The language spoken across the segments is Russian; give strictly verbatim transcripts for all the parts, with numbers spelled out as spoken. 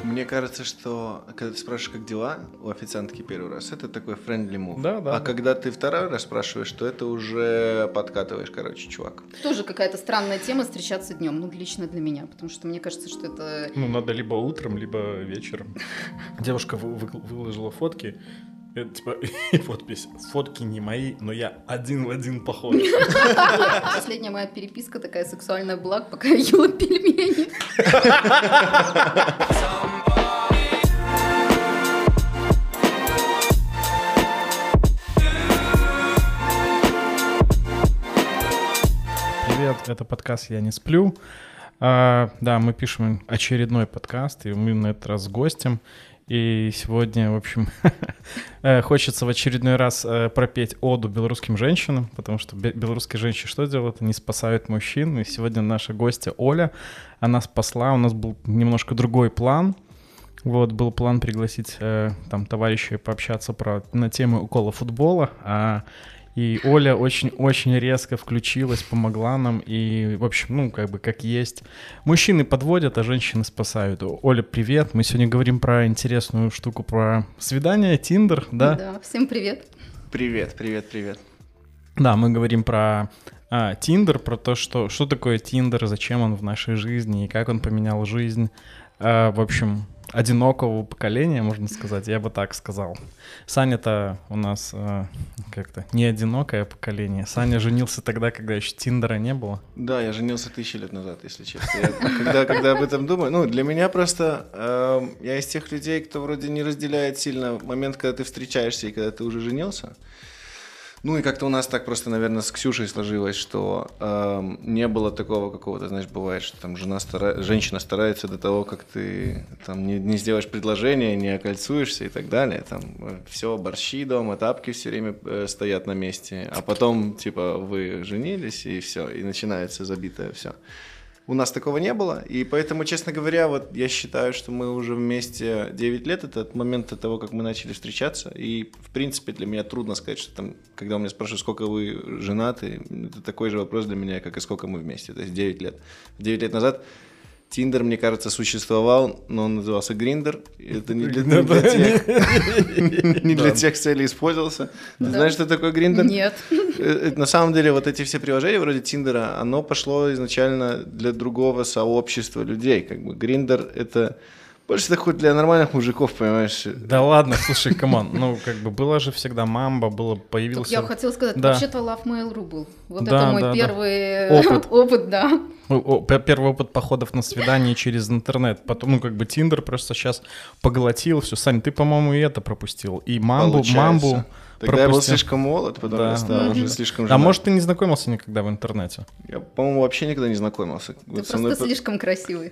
Мне кажется, что когда ты спрашиваешь, как дела у официантки первый раз, это такой friendly move. Да, да. А да. Когда ты второй раз спрашиваешь, то это уже подкатываешь, короче, чувак. Тоже какая-то странная тема встречаться днем, ну, лично для меня, потому что мне кажется, что это... Ну, надо либо утром, либо вечером. Девушка вы- вы- выложила фотки, это, типа, и подпись: фотки не мои, но я один в один похож. Последняя моя переписка такая сексуальная была, пока я ела пельмени. Привет, это подкаст «Я не сплю». А, да, мы пишем очередной подкаст, и мы на этот раз с гостем. И сегодня, в общем, хочется в очередной раз пропеть оду белорусским женщинам, потому что белорусские женщины что делают? Они спасают мужчин. И сегодня наша гостья Оля, она спасла. У нас был немножко другой план. Вот, был план пригласить там товарищей пообщаться про, на тему укола футбола, а и Оля очень-очень резко включилась, помогла нам, и, в общем, ну, как бы, как есть. Мужчины подводят, а женщины спасают. Оля, привет. Мы сегодня говорим про интересную штуку, про свидание, Тиндер, да? Да, всем привет. Привет, привет, привет. Да, мы говорим про а, Тиндер, про то, что, что такое Тиндер, зачем он в нашей жизни, и как он поменял жизнь, а, в общем, одинокого поколения, можно сказать, я бы так сказал. Саня-то у нас э, как-то не одинокое поколение. Саня женился тогда, когда еще Тиндера не было. Да, я женился тысячи лет назад, если честно. Я, когда, когда об этом думаю, ну, для меня просто, э, я из тех людей, кто вроде не разделяет сильно момент, когда ты встречаешься и когда ты уже женился. Ну и как-то у нас так просто, наверное, с Ксюшей сложилось, что э, не было такого какого-то, знаешь, бывает, что там жена стара... женщина старается до того, как ты там не, не сделаешь предложение, не окольцуешься и так далее. Там все, борщи дома, тапки все время э, стоят на месте, а потом, типа, вы женились и все, и начинается забитое все. У нас такого не было, и поэтому, честно говоря, вот я считаю, что мы уже вместе девять лет, это от момента того, как мы начали встречаться, и, в принципе, для меня трудно сказать, что там, когда у меня спрашивают, сколько вы женаты, это такой же вопрос для меня, как и сколько мы вместе, то есть девять лет. девять лет назад Тиндер, мне кажется, существовал, но он назывался Гриндер. Это не для, не для тех, не для тех целей использовался. Ты знаешь, что такое Гриндер? Нет. На самом деле, вот эти все приложения вроде Тиндера, оно пошло изначально для другого сообщества людей. Как бы Гриндер — это больше такой для нормальных мужиков, понимаешь? Да ладно, слушай, камон, ну как бы было же всегда Мамба, было, появился... Так я хотела сказать, да. вообще-то Love Mail.ru был. Вот да, это мой да, первый да. опыт. опыт, да. О, первый опыт походов на свидание через интернет. Потом, ну, как бы Тиндер просто сейчас поглотил все. Сань, ты, по-моему, и это пропустил. И Мамбу, Мамбу Тогда пропустил. Я был слишком молод, потом да. я стал mm-hmm. уже слишком женат. А может, ты не знакомился никогда в интернете? Я, по-моему, вообще никогда не знакомился. Ты вот просто мной... слишком красивый.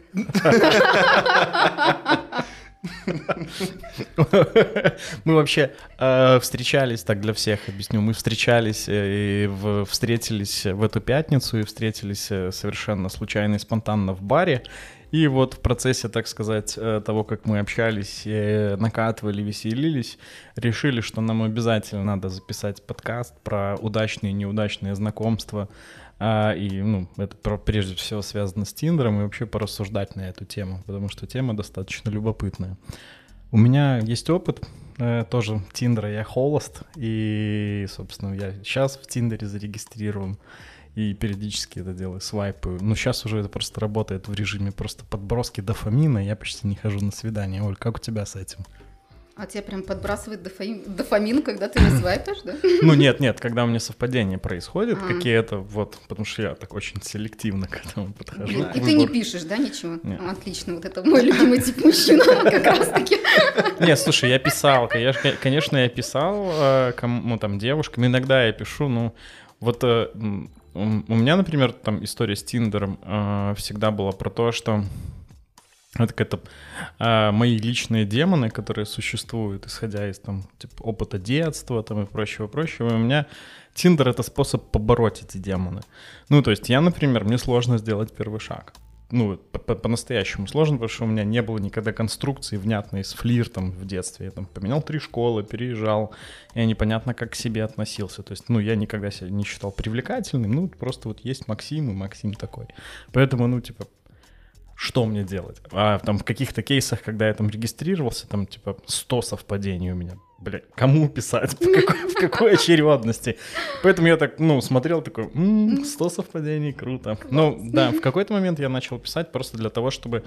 Мы вообще э, встречались, так для всех объясню, мы встречались э, и в, встретились в эту пятницу и встретились э, совершенно случайно и спонтанно в баре. И вот в процессе, так сказать, э, того, как мы общались, э, накатывали, веселились, решили, что нам обязательно надо записать подкаст про удачные и неудачные знакомства. А, и, ну, это прежде всего связано с Тиндером, и вообще порассуждать на эту тему, потому что тема достаточно любопытная. У меня есть опыт э, тоже Тиндера, я холост, и, собственно, я сейчас в Тиндере зарегистрирован, и периодически это делаю, свайпаю. Но сейчас уже это просто работает в режиме просто подброски дофамина, я почти не хожу на свидание. Оль, как у тебя с этим? А тебя прям подбрасывает дофамин, дофамин, когда ты не свайпаешь, да? Ну нет, нет, когда у меня совпадение происходит, а. какие-то вот, потому что я так очень селективно к этому подхожу. И ты не пишешь, да, ничего? Нет. Отлично, вот это мой любимый тип мужчина как раз-таки. Нет, слушай, я писал, конечно, я писал кому там девушкам, иногда я пишу, ну вот у меня, например, там история с Тиндером всегда была про то, что это какие-то а, мои личные демоны, которые существуют, исходя из там, типа, опыта детства там, и прочего-прочего. И у меня Тиндер — это способ побороть эти демоны. Ну, то есть я, например, мне сложно сделать первый шаг. Ну, по-настоящему сложно, потому что у меня не было никогда конструкции внятной с флиртом в детстве. Я там поменял три школы, переезжал, я непонятно как к себе относился. То есть, ну, я никогда себя не считал привлекательным. Ну, просто вот есть Максим, и Максим такой. Поэтому, ну, типа... что мне делать? А там в каких-то кейсах, когда я там регистрировался, там типа сто совпадений у меня. Бля, кому писать? В какой, в какой очередности? Поэтому я так, ну, смотрел такой, м-м, сто совпадений, круто. Класс. Ну, да, в какой-то момент я начал писать просто для того, чтобы,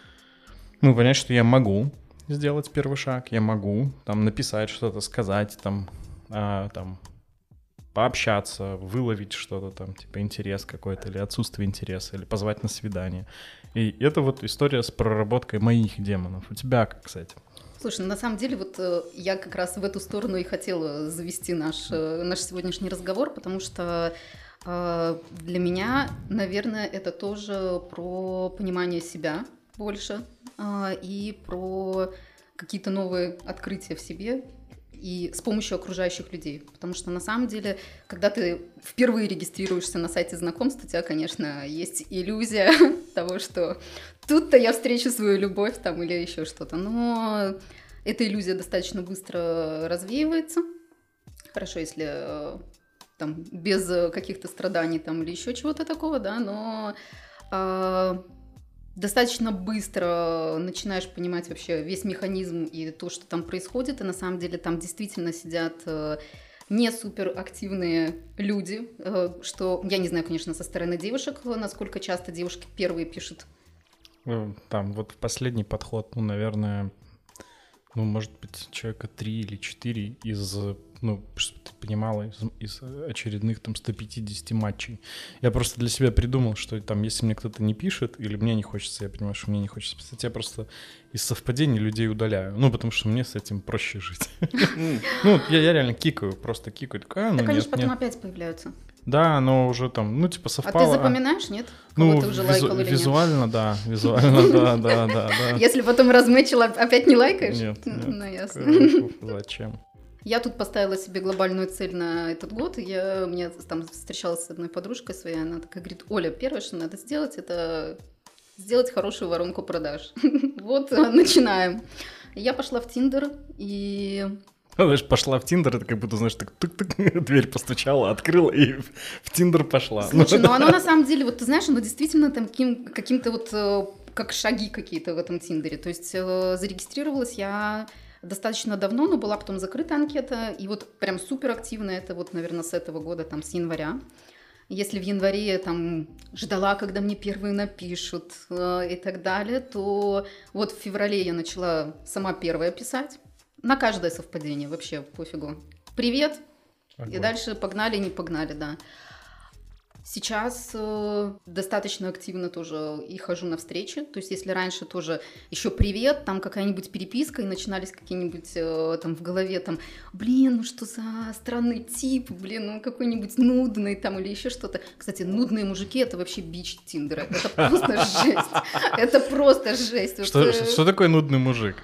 ну, понять, что я могу сделать первый шаг, я могу там написать что-то, сказать, там, а, там, пообщаться, выловить что-то там, типа интерес какой-то или отсутствие интереса, или позвать на свидание. И это вот история с проработкой моих демонов. У тебя как, кстати? Слушай, ну, на самом деле вот э, я как раз в эту сторону и хотела завести наш, э, наш сегодняшний разговор, потому что э, для меня, наверное, это тоже про понимание себя больше э, и про какие-то новые открытия в себе и с помощью окружающих людей. Потому что на самом деле, когда ты впервые регистрируешься на сайте знакомств, у тебя, конечно, есть иллюзия того, что тут-то я встречу свою любовь там или еще что-то. Но эта иллюзия достаточно быстро развеивается. Хорошо, если там без каких-то страданий там или еще чего-то такого, да, но э, достаточно быстро начинаешь понимать вообще весь механизм и то, что там происходит, и на самом деле там действительно сидят э, не суперактивные люди, э, что, я не знаю, конечно, со стороны девушек, насколько часто девушки первые пишут. Там вот последний подход, ну, наверное, ну, может быть, человека три или четыре из, ну, чтобы ты понимала, из, из очередных там сто пятьдесят матчей. Я просто для себя придумал, что там, если мне кто-то не пишет, или мне не хочется, я понимаю, что мне не хочется писать, я просто из совпадений людей удаляю. Ну, потому что мне с этим проще жить. Ну, я реально кикаю, просто кикаю. Так они же потом опять появляются. Да, но уже там, ну, типа, совпало. А ты запоминаешь, нет? Ну, кого ты уже визу- лайкал или визуально, нет? да, визуально, да, да, да, да. Если потом размечил, опять не лайкаешь? Нет, нет. Ну, ясно. Зачем? Я тут поставила себе глобальную цель на этот год. Я, мне там встречалась с одной подружкой своей, она такая говорит: Оля, первое, что надо сделать, это сделать хорошую воронку продаж. Вот, начинаем. Я пошла в Тиндер и... Знаешь, пошла в Тиндер, это как будто, знаешь, так тук-тук, дверь постучала, открыла и в Тиндер пошла. Слушай, ну оно на самом деле, вот ты знаешь, оно действительно там каким, каким-то вот, э, как шаги какие-то в этом Тиндере. То есть э, зарегистрировалась я достаточно давно, но была потом закрыта анкета, и вот прям супер активно это вот, наверное, с этого года, там, с января. Если в январе я там ждала, когда мне первые напишут э, и так далее, то вот в феврале я начала сама первая писать. На каждое совпадение, вообще пофигу. Привет. Огонь. И дальше погнали, не погнали, да. Сейчас э, достаточно активно тоже и хожу на встречи. То есть если раньше тоже еще привет, там какая-нибудь переписка, и начинались какие-нибудь э, там в голове там, блин, ну что за странный тип, блин, ну какой-нибудь нудный там или еще что-то. Кстати, нудные мужики — это вообще бич Тиндера. Это просто жесть. Это просто жесть. Что такое нудный мужик?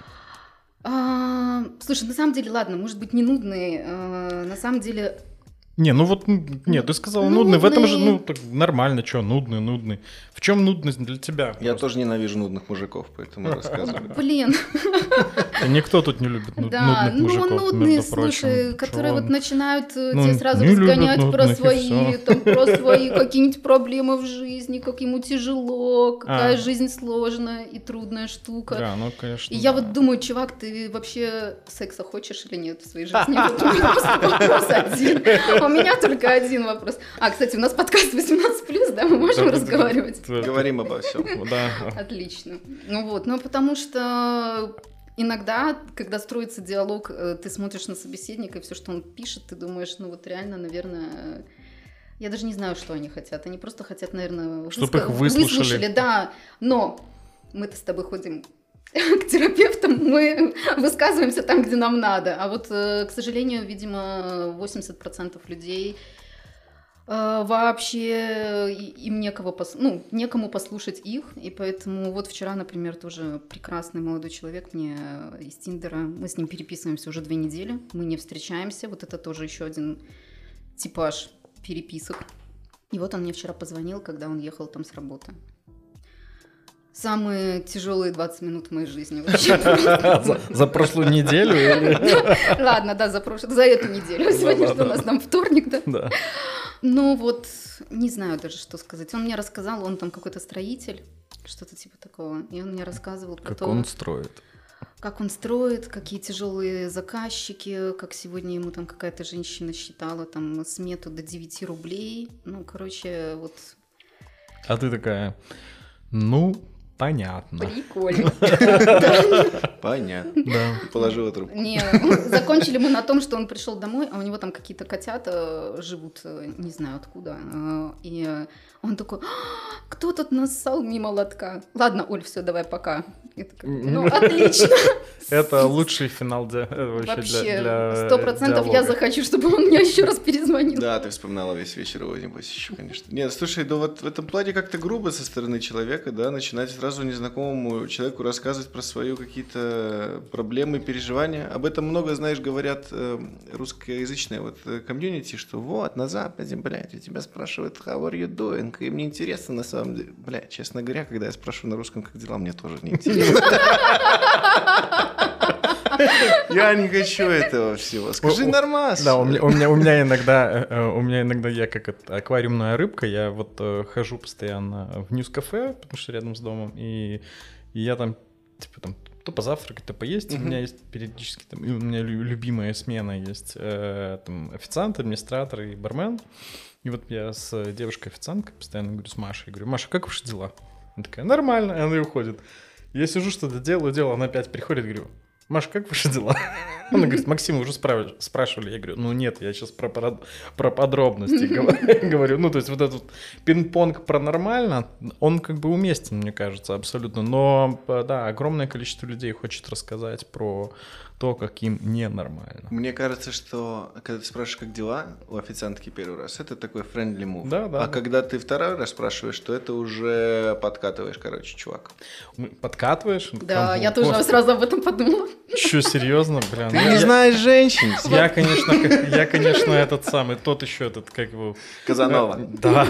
А, слушай, на самом деле, ладно, может быть, не нудный, а, на самом деле... Не, ну вот, нет, ты сказала нудный, в этом же, ну, так нормально, что, нудный, нудный. В чем нудность для тебя? Я тоже ненавижу нудных мужиков, поэтому рассказываю. Блин. Никто тут не любит нудных мужиков, Да, ну нудные, слушай, которые вот начинают тебе сразу разгонять про свои, там, про свои какие-нибудь проблемы в жизни, как ему тяжело, какая жизнь сложная и трудная штука. Да, ну, конечно. И я вот думаю, чувак, ты вообще секса хочешь или нет в своей жизни? Вот у меня просто вопрос один. У меня только один вопрос. А, кстати, у нас подкаст восемнадцать плюс, да, мы можем да, разговаривать? Говорим обо всем. Да. Отлично. Ну вот, ну потому что иногда, когда строится диалог, ты смотришь на собеседника, и все, что он пишет, ты думаешь, ну вот реально, наверное... Я даже не знаю, что они хотят. Они просто хотят, наверное... Чтобы выска... их выслушали. Выслушали, да. Но мы-то с тобой ходим... к терапевтам, мы высказываемся там, где нам надо. А вот, к сожалению, видимо, восемьдесят процентов людей вообще им некого пос... ну, некому послушать их. И поэтому вот вчера, например, тоже прекрасный молодой человек мне из Тиндера. Мы с ним переписываемся уже две недели. Мы не встречаемся. Вот это тоже еще один типаж переписок. И вот он мне вчера позвонил, когда он ехал там с работы. Самые тяжелые двадцать минут в моей жизни. За прошлую неделю? Ладно, да, за прошлую, за эту неделю. Сегодня что у нас там вторник, да? Ну вот, не знаю даже, что сказать. Он мне рассказал, он там какой-то строитель. что-то типа такого. И он мне рассказывал про как то, он строит. как он строит, какие тяжелые заказчики, как сегодня ему там какая-то женщина считала там смету до девяти рублей. Ну, короче, вот... А ты такая, ну, понятно. Прикольно. Понятно. Да. Положила трубку. Не, закончили мы на том, что он пришел домой, а у него там какие-то котята живут, не знаю откуда. И он такой: кто тут нассал мимо лотка? Ладно, Оль, все, давай, пока. Я такая, ну, отлично. Это лучший финал для, вообще, Вообще, для сто процентов я захочу, чтобы он мне еще раз перезвонил. Да, ты вспоминала весь вечер его, небось, еще, конечно. Нет, слушай, ну вот в этом плане как-то грубо со стороны человека, да, начинать сразу незнакомому человеку рассказывать про свои какие-то проблемы, переживания. Об этом много, знаешь, говорят э, русскоязычные вот комьюнити, что вот, на Западе, блядь, у тебя спрашивают, how are you doing? И мне интересно, на самом деле, блядь, честно говоря, когда я спрашиваю на русском, как дела, мне тоже не интересно. Я не хочу этого всего. Скажи нормально. Да, у меня, у меня, у меня иногда, у меня иногда я как это, аквариумная рыбка, я вот хожу постоянно в Ньюс-кафе, потому что рядом с домом, и, и я там, типа, там, то позавтракать, то поесть. Uh-huh. У меня есть периодически, там, у меня любимая смена есть, э, там, официант, администратор и бармен. И вот я с девушкой-официанткой постоянно говорю, с Машей, говорю: Маша, как ваши дела? Она такая: нормально, и она и уходит. Я сижу, что-то делаю, делаю, она опять приходит, говорю: Маша, как ваши дела? Она говорит: Максим, вы уже спрашивали. Я говорю: ну нет, я сейчас про, про, про подробности говорю. Ну, то есть вот этот пинг-понг про нормально, он как бы уместен, мне кажется, абсолютно. Но, да, огромное количество людей хочет рассказать про то, как им ненормально. Мне кажется, что когда ты спрашиваешь, как дела, у официантки первый раз, это такой friendly move. Да, да. А да. Когда ты второй раз спрашиваешь, то это уже подкатываешь, короче, чувак. Подкатываешь? Да, Там, я тоже просто... сразу об этом подумала. Что, серьезно? Блин, ты я, не знаешь женщин. Я, конечно, я, конечно, этот самый, тот еще этот, как его... Казанова. Да.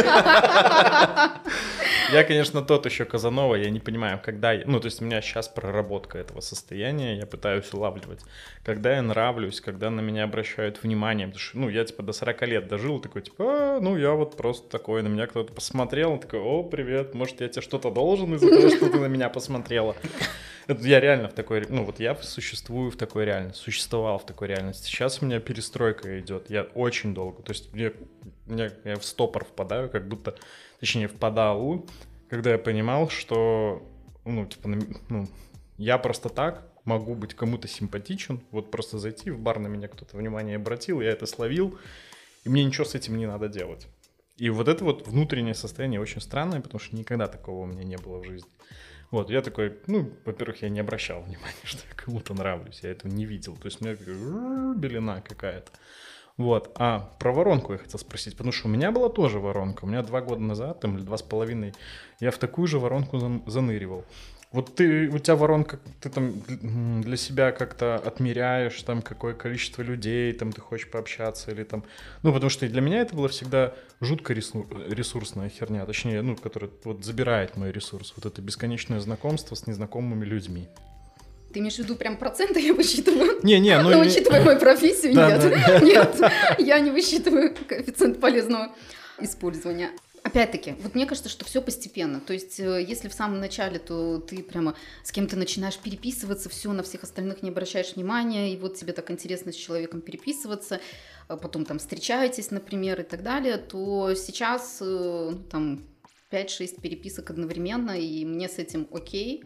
Я, конечно, тот еще Казанова, я не понимаю, когда я... Ну, то есть у меня сейчас проработка этого состояния, я пытаюсь улавливать, когда я нравлюсь, когда на меня обращают внимание, потому что, ну, я, типа, до сорока лет дожил, такой, типа, а, ну, я вот просто такой, на меня кто-то посмотрел, такой: о, привет, может, я тебе что-то должен из-за того, что ты на меня посмотрела. Это я реально в такой, ну, вот я существую в такой реальности, существовал в такой реальности. Сейчас у меня перестройка идет, я очень долго, то есть мне, мне, я в стопор впадаю, как будто, точнее, впадал, когда я понимал, что, ну, типа, ну, я просто так могу быть кому-то симпатичен, вот просто зайти в бар, на меня кто-то внимание обратил, я это словил, и мне ничего с этим не надо делать. И вот это вот внутреннее состояние очень странное, потому что никогда такого у меня не было в жизни. Вот, я такой, ну, во-первых, я не обращал внимания, что я кому-то нравлюсь, я этого не видел, то есть у меня белина какая-то. Вот, а про воронку я хотел спросить, потому что у меня была тоже воронка, у меня два года назад, там, или два с половиной, я в такую же воронку заныривал. Вот ты, у тебя воронка, ты там для себя как-то отмеряешь, там, какое количество людей, там, ты хочешь пообщаться, или там, ну, потому что для меня это была всегда жутко ресурсная херня, точнее, ну, которая вот забирает мой ресурс, вот это бесконечное знакомство с незнакомыми людьми. Ты имеешь в виду прям проценты я высчитываю? Не-не, ну... Но учитывая мою профессию, да, нет. Да. Нет, я не высчитываю коэффициент полезного использования. Опять-таки, вот мне кажется, что все постепенно. То есть, если в самом начале, то ты прямо с кем-то начинаешь переписываться, все, на всех остальных не обращаешь внимания, и вот тебе так интересно с человеком переписываться, потом там встречаетесь, например, и так далее, то сейчас там пять-шесть переписок одновременно, и мне с этим окей.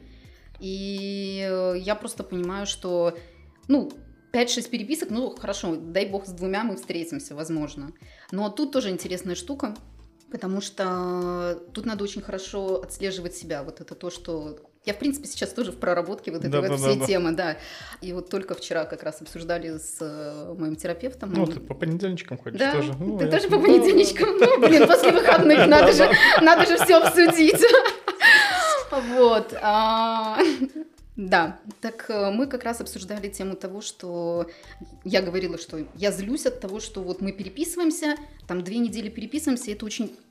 И я просто понимаю, что, ну, пять-шесть переписок, ну, хорошо, дай бог, с двумя мы встретимся, возможно. Но тут тоже интересная штука, потому что тут надо очень хорошо отслеживать себя. Вот это то, что... Я, в принципе, сейчас тоже в проработке вот этой да, вот да, всей да, темы, да. И вот только вчера как раз обсуждали с моим терапевтом. Ну, ты по понедельничкам ходишь да, тоже. Ну, ты я... тоже по понедельничкам. Ну, блин, после выходных надо же, надо же все обсудить. Вот. Да, так мы как раз обсуждали тему того, что я говорила, что я злюсь от того, что вот мы переписываемся, там две недели переписываемся, и это очень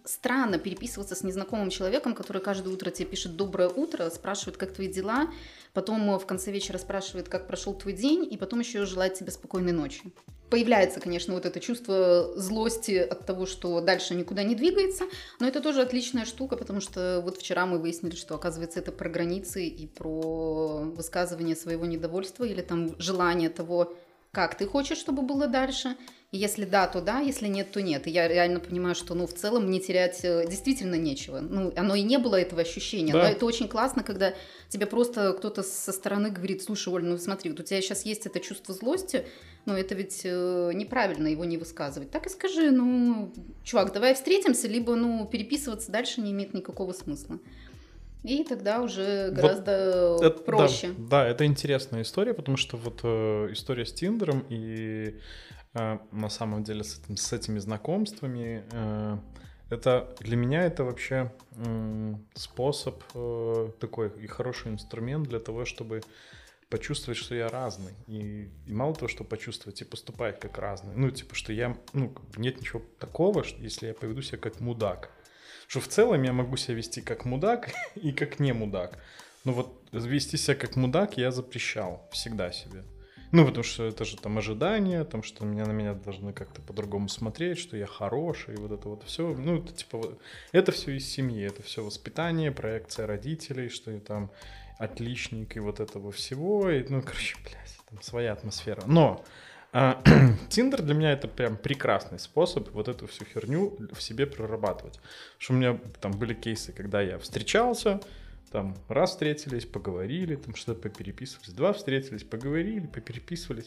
странно переписываться с незнакомым человеком, который каждое утро тебе пишет «доброе утро», спрашивает, как твои дела, потом в конце вечера спрашивает, как прошел твой день, и потом еще желает тебе спокойной ночи. Появляется, конечно, вот это чувство злости от того, что дальше никуда не двигается, но это тоже отличная штука, потому что вот вчера мы выяснили, что, оказывается, это про границы и про высказывание своего недовольства или там желание того, как ты хочешь, чтобы было дальше. И если да, то да, если нет, то нет. И я реально понимаю, что, ну, в целом мне терять действительно нечего. Ну, оно и не было этого ощущения. Да. Но это очень классно, когда тебе просто кто-то со стороны говорит: слушай, Оль, ну смотри, вот у тебя сейчас есть это чувство злости, но это ведь э, неправильно его не высказывать. Так и скажи, ну, чувак, давай встретимся, либо, ну, переписываться дальше не имеет никакого смысла. И тогда уже гораздо вот это, проще. Да, да, это интересная история, потому что вот э, история с Тиндером и э, на самом деле с, этим, с этими знакомствами, э, это для меня это вообще э, способ э, такой и хороший инструмент для того, чтобы почувствовать, что я разный. И, и мало того, что почувствовать и поступать как разный. Ну, типа, что я, ну, нет ничего такого, что, если я поведу себя как мудак. Что в целом я могу себя вести как мудак и как не мудак. Но вот вести себя как мудак я запрещал всегда себе. Ну, потому что это же там ожидания, там, что меня, на меня должны как-то по-другому смотреть, что я хороший, и вот это вот все. Ну, это типа, это все из семьи, это все воспитание, проекция родителей, что я там отличник и вот этого всего. И, ну, короче, блядь, там своя атмосфера. Но Тиндер для меня это прям прекрасный способ вот эту всю херню в себе прорабатывать. Что у меня там были кейсы, когда я встречался, там раз встретились, поговорили, там что-то попереписывались, два встретились, поговорили, попереписывались.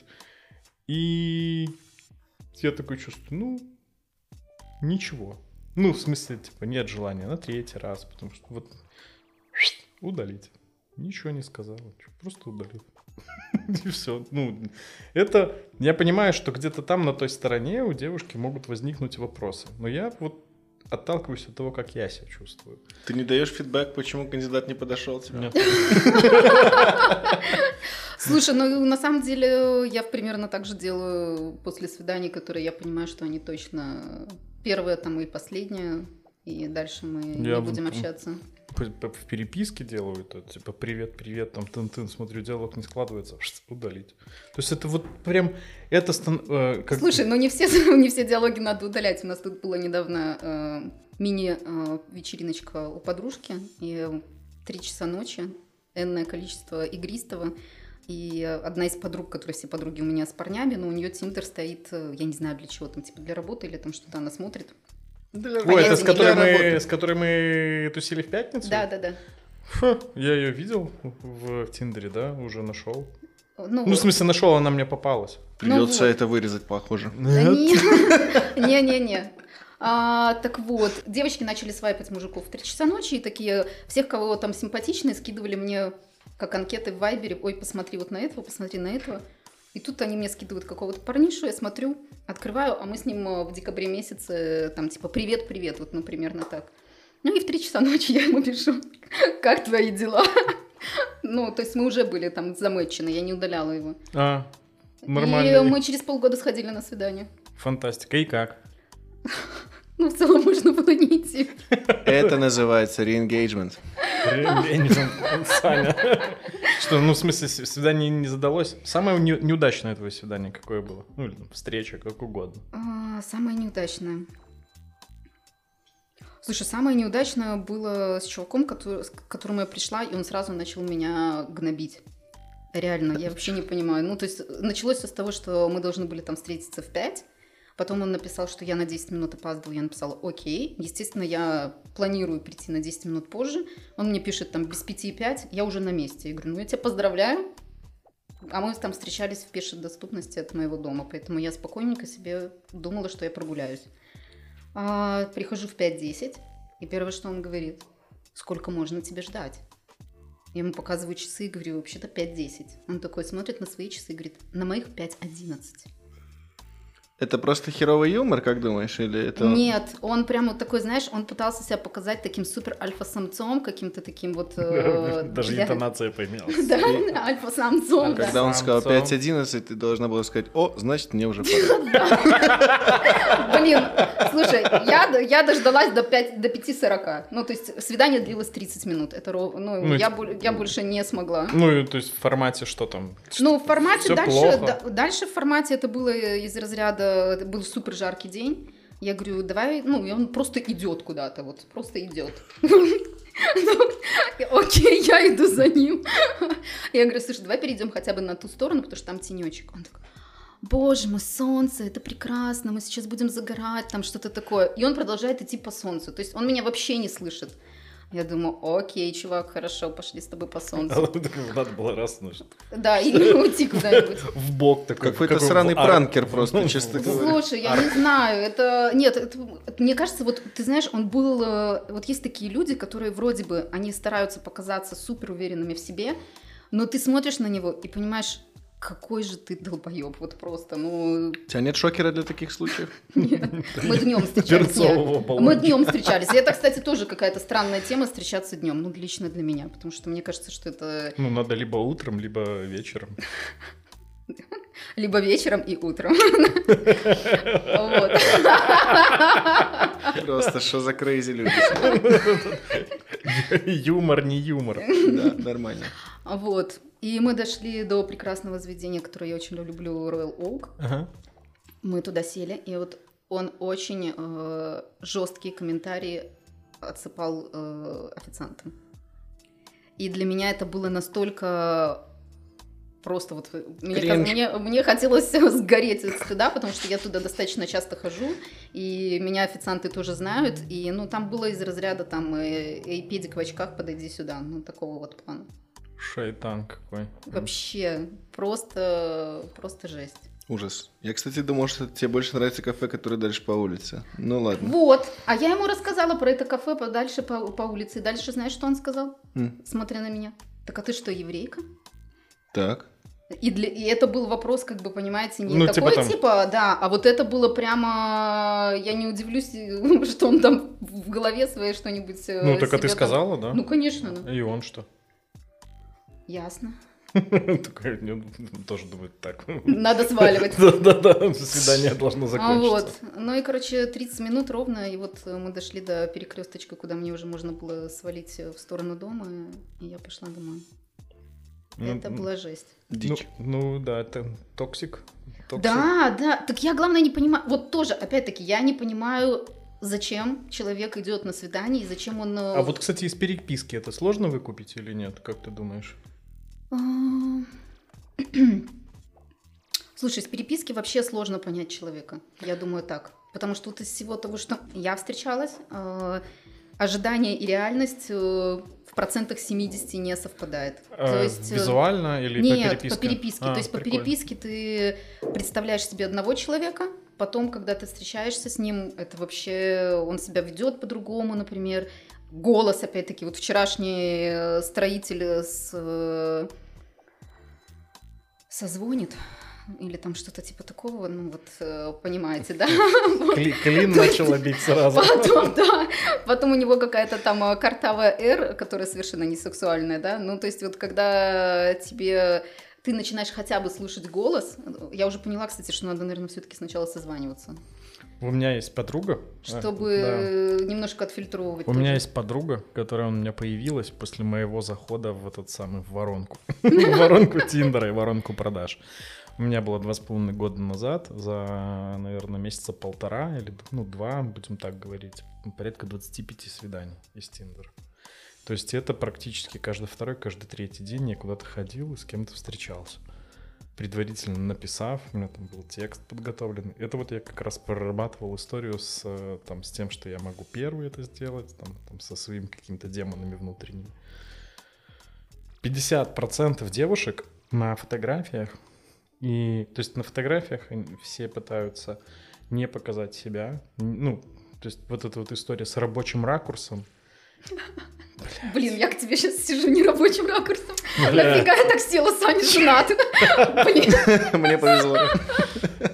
И я такой чувствую, ну, ничего. Ну, в смысле, типа, нет желания на третий раз, потому что вот удалить. Ничего не сказала, просто удалил. И все. Ну, это, я понимаю, что где-то там на той стороне у девушки могут возникнуть вопросы. Но я вот отталкиваюсь от того, как я себя чувствую. Ты не даешь фидбэк, почему кандидат не подошел тебе? Нет. Слушай, ну на самом деле я примерно так же делаю после свиданий, которые я понимаю, что они точно первое там и последнее, и дальше мы я не будем общаться. В переписке делаю это, типа привет-привет, там тын-тын, смотрю, диалог не складывается, удалить. То есть это вот прям, это... Э, как... Слушай, ну не все, не все диалоги надо удалять. У нас тут была недавно э, мини-вечериночка э, у подружки, и три часа ночи, энное количество игристого, и одна из подруг, которые все подруги у меня с парнями, но у нее Тиндер стоит, я не знаю для чего, там типа для работы или там что-то она смотрит. Ой, это с которой, мы, с которой мы тусили в пятницу? Да, да, да. Фу, я ее видел в Тиндере, да, уже нашел. Ну, ну в смысле, нашел, она мне попалась. Придется ну, это вырезать, похоже. Не-не-не. А, так вот, девочки начали свайпать мужиков в три часа ночи, и такие, всех, кого там симпатичные, скидывали мне как анкеты в Вайбере. Ой, посмотри вот на этого, посмотри на этого. И тут они мне скидывают какого-то парнишу, я смотрю, открываю, а мы с ним в декабре месяце, там, типа, привет-привет, вот, ну, примерно так. Ну, и в три часа ночи я ему пишу, как твои дела? Ну, то есть мы уже были там замечены, я не удаляла его. А, нормально. И мы через полгода сходили на свидание. Фантастика. И как? Ну, в целом можно было не идти. Это называется re-engagement. Re-engagement, Саня. Что, ну, в смысле, свидание не задалось? Самое не, неудачное твое свидание какое было? Ну, или там, встреча, как угодно. А, самое неудачное. Слушай, самое неудачное было с чуваком, который, к которому я пришла, и он сразу начал меня гнобить. Реально, я вообще не понимаю. Ну, то есть началось все с того, что мы должны были там встретиться в пять. Потом он написал, что я на десять минут опаздывала. Я написала окей. Естественно, я планирую прийти на десять минут позже. Он мне пишет там без пяти пять, я уже на месте. Я говорю, ну я тебя поздравляю. А мы там встречались в пешей доступности от моего дома. Поэтому я спокойненько себе думала, что я прогуляюсь. А, прихожу в пять десять. И первое, что он говорит, сколько можно тебе ждать? Я ему показываю часы и говорю, вообще-то пять десять. Он такой смотрит на свои часы и говорит, на моих пять одиннадцать. Это просто херовый юмор, как думаешь, или это... Нет, он прям вот такой, знаешь, он пытался себя показать таким супер альфа-самцом, каким-то таким вот... э, Даже для- интонация поменялась. Да, альфа-самцом, да. Когда он сказал Самцом. пять одиннадцать, ты должна была сказать: о, значит, мне уже пора. Блин, слушай, я, я дождалась до, пяти, до пяти сорока. Ну, то есть свидание длилось тридцать минут. Это ров- ну, Ну, я, это- бо- я больше не смогла. Ну, и, то есть в формате что там? Ну, в формате Всё дальше, плохо? да- дальше в формате это было из разряда, это был супер жаркий день. Я говорю, давай, ну, и он просто идет куда-то, вот, просто идет. Окей, я иду за ним. Я говорю, слушай, давай перейдем хотя бы на ту сторону, потому что там тенечек. Он такой: боже мой, солнце, это прекрасно, мы сейчас будем загорать, там что-то такое. И он продолжает идти по солнцу, то есть он меня вообще не слышит. Я думаю, окей, чувак, хорошо, пошли с тобой по солнцу. Надо было раз, ну, что- Да, или уйти куда-нибудь. в бок такой. Какой-то какой сраный в ар- пранкер просто, честно говоря. Слушай, я не знаю, это... Нет, это... мне кажется, вот, ты знаешь, он был... э, Вот есть такие люди, которые вроде бы, они стараются показаться супер уверенными в себе, но ты смотришь на него и понимаешь, какой же ты долбоеб, вот просто, ну... У тебя нет шокера для таких случаев? Нет. Мы днем встречались. Перцового нет. баллончика. Мы днем встречались. И это, кстати, тоже какая-то странная тема, встречаться днем, ну, лично для меня, потому что мне кажется, что это Ну, надо либо утром, либо вечером. либо вечером и утром. Вот. Просто что за крейзи люди? Юмор, не юмор. Да, нормально. Вот. И мы дошли до прекрасного заведения, которое я очень люблю, Royal Oak. Ага. Мы туда сели, и вот он очень э, жесткие комментарии отсыпал э, официантам. И для меня это было настолько просто вот... Мне, Кринж. мне, мне хотелось сгореть от стыда, потому что я туда достаточно часто хожу, и меня официанты тоже знают, и ну там было из разряда там э, «Эй, педик в очках, подойди сюда», ну такого вот плана. Шайтан какой. Вообще, просто, просто жесть. Ужас. Я, кстати, думал, что тебе больше нравится кафе, которое дальше по улице. Ну ладно. Вот, а я ему рассказала про это кафе подальше по, по улице, и дальше знаешь, что он сказал, М, смотря на меня? Так а ты что, еврейка? Так. И, для, и это был вопрос, как бы, понимаете, не Ну, такой, типа там- типа, да, а вот это было прямо, я не удивлюсь, что он там в голове своей что-нибудь... э, Ну, так а себе ты там- сказала, да? Ну, конечно, да. И он что? Ясно. Такой, ну, тоже думает так. Надо сваливать. Да-да-да, свидание должно А закончиться. вот, ну и, короче, тридцать минут ровно, и вот мы дошли до перекресточка, куда мне уже можно было свалить в сторону дома, и я пошла домой. Ну, Это была жесть. Ну, Дичь. ну да, это токсик. Токсик. Да, да, так я, главное, не понимаю, вот тоже, опять-таки, я не понимаю, зачем человек идет на свидание, и зачем он... А вот, кстати, из переписки это сложно выкупить или нет? Как ты думаешь? Слушай, с переписки вообще сложно понять человека, я думаю так, потому что вот из всего того, что я встречалась, э, ожидание и реальность э, в процентах семьдесят не совпадает. А, То есть, э, визуально или Нет, по переписке? по переписке. А, То есть по прикольно. переписке ты представляешь себе одного человека, потом, когда ты встречаешься с ним, это вообще он себя ведет по-другому, например. Голос, опять-таки, вот вчерашний э, строитель с э, созвонит. Или там что-то типа такого, ну вот, э, понимаете, да? Кли- Клин начал бить сразу. Потом, да, потом у него какая-то там э, картавая «Р», которая совершенно не сексуальная, да, ну, то есть вот когда тебе, ты начинаешь хотя бы слушать голос, я уже поняла, кстати, что надо, наверное, все-таки сначала созваниваться, У меня есть подруга. чтобы Да. немножко отфильтровывать. У тоже. меня есть подруга, которая у меня появилась после моего захода в этот самый в воронку. В воронку Тиндера и воронку продаж. У меня было два с половиной года назад, за, наверное, месяца полтора или ну, два, будем так говорить, порядка двадцать пять свиданий из Тиндера. То есть это практически каждый второй, каждый третий день я куда-то ходил и с кем-то встречался. Предварительно написав, у меня там был текст подготовленный. Это вот я как раз прорабатывал историю с, там, с тем, что я могу первый это сделать, там, там, со своими какими-то демонами внутренними. пятьдесят процентов девушек на фотографиях, и, то есть на фотографиях они все пытаются не показать себя. Ну, то есть вот эта вот история с рабочим ракурсом. Блин, я к тебе сейчас сижу нерабочим ракурсом. Бля. Нафига я так села, Саня женат? Блин. Мне повезло.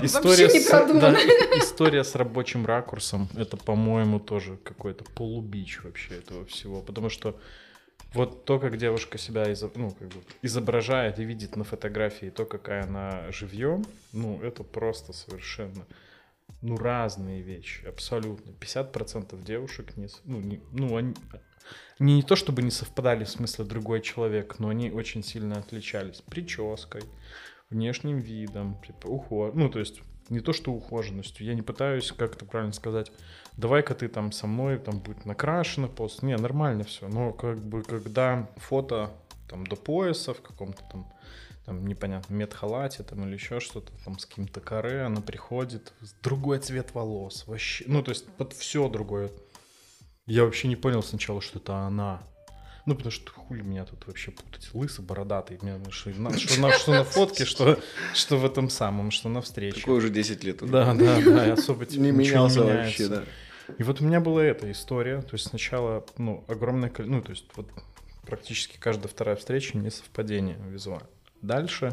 история, вообще не с, продумано. да, история с рабочим ракурсом, это, по-моему, тоже какой-то полубич вообще этого всего, потому что вот то, как девушка себя изо, ну, как бы изображает и видит на фотографии, то, какая она живьем, ну, это просто совершенно, ну, разные вещи, абсолютно. пятьдесят процентов девушек, не, ну, не, ну они, они не то чтобы не совпадали в смысле другой человек, но они очень сильно отличались прической, внешним видом, типа, уход... ну, то есть не то что ухоженностью, я не пытаюсь, как это правильно сказать, давай-ка ты там со мной, там будет накрашено пост, не, нормально все, но как бы когда фото там до пояса в каком-то там, там непонятно, медхалате там или еще что-то там с каким-то каре, она приходит, другой цвет волос, вообще, ну, то есть под все другое. Я вообще не понял сначала, что это она. Ну, потому что хули меня тут вообще путать. Лысый, бородатый. Меня, что, на, что, на, что на фотке, что, что в этом самом, что на встрече. Такой уже десять лет. Уже. Да, да, да. И особо типа, не менялся не вообще, да. И вот у меня была эта история. То есть сначала, ну, огромное количество... Ну, то есть вот практически каждая вторая встреча не совпадение визуально. Дальше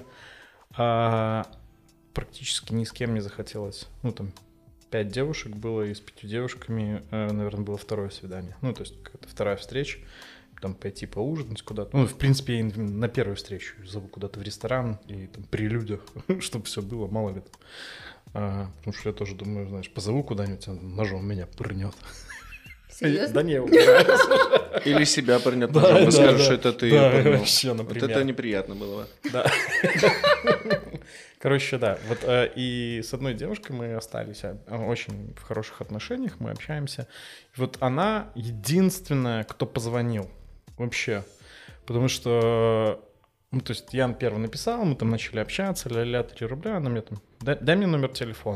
а, практически ни с кем не захотелось. Ну, там, пять девушек было, и с пятью девушками, наверное, было второе свидание. Ну, то есть какая-то вторая встреча. Там пойти поужинать куда-то. Ну, в принципе, я на первую встречу зову куда-то в ресторан и там при людях, чтобы все было, мало ли. А, потому что я тоже думаю, знаешь, позову куда-нибудь, он ножом меня пырнет. Серьезно? Да не, убираюсь. Или себя пырнет ножом, и скажешь, что это ты ее пырнул. Вообще, например. Вот это неприятно было. Да. Короче, да. Вот и с одной девушкой мы остались очень в хороших отношениях, мы общаемся. И вот она единственная, кто позвонил. Вообще. Потому что, ну, то есть я первый написал, мы там начали общаться, ля-ля, три рубля, она мне там, дай, дай мне номер телефона.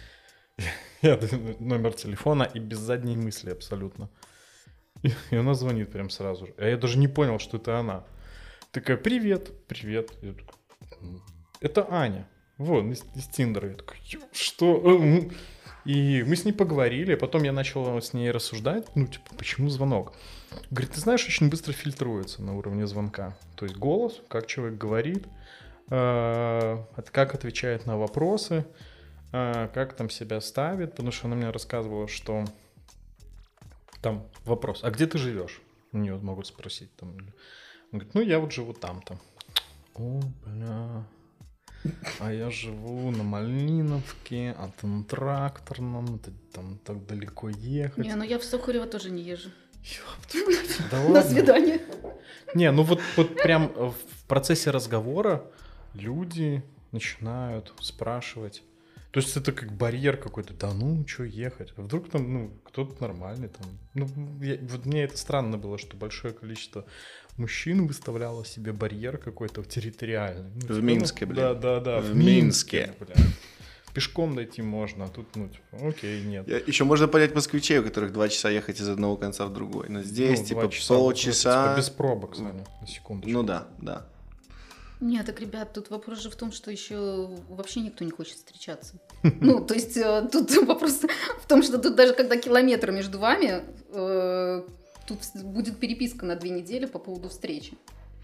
Я номер телефона и без задней мысли абсолютно. И, и она звонит прям сразу же. А я даже не понял, что это она. Такая, привет, привет. Я такой, это Аня. Вон, из, из Тиндера. Я такой, что? И мы с ней поговорили, потом я начал с ней рассуждать, ну, типа, почему звонок? Говорит, ты знаешь, очень быстро фильтруется на уровне звонка. То есть голос, как человек говорит, как отвечает на вопросы, как там себя ставит, потому что она мне рассказывала, что там вопрос, а где ты живешь? У нее могут спросить. Там. Он говорит, ну, я вот живу там-то. О, бля... А я живу на Малиновке, а ты на Тракторном, ты там так далеко ехать. Не, ну я в Сухарево тоже не езжу. Да на свидание. Не, ну вот, вот прям в процессе разговора люди начинают спрашивать. То есть это как барьер какой-то, да ну, что ехать? А вдруг там, ну, кто-то нормальный там. Ну, я, вот мне это странно было, что большое количество мужчин выставляло себе барьер какой-то территориальный. Ну, в типа, Минске, ну, блин. Да, да, да. В, в Минске. Минске пешком дойти можно, а тут, ну, типа, окей, нет. Я, еще можно понять москвичей, у которых два часа ехать из одного конца в другой. Но здесь, ну, типа, часа, полчаса... Типа, без пробок, Саня, на секундочку. Ну да, да. Нет, так, ребят, тут вопрос же в том, что еще вообще никто не хочет встречаться. Ну, то есть тут вопрос в том, что тут даже когда километр между вами, тут будет переписка на две недели по поводу встречи.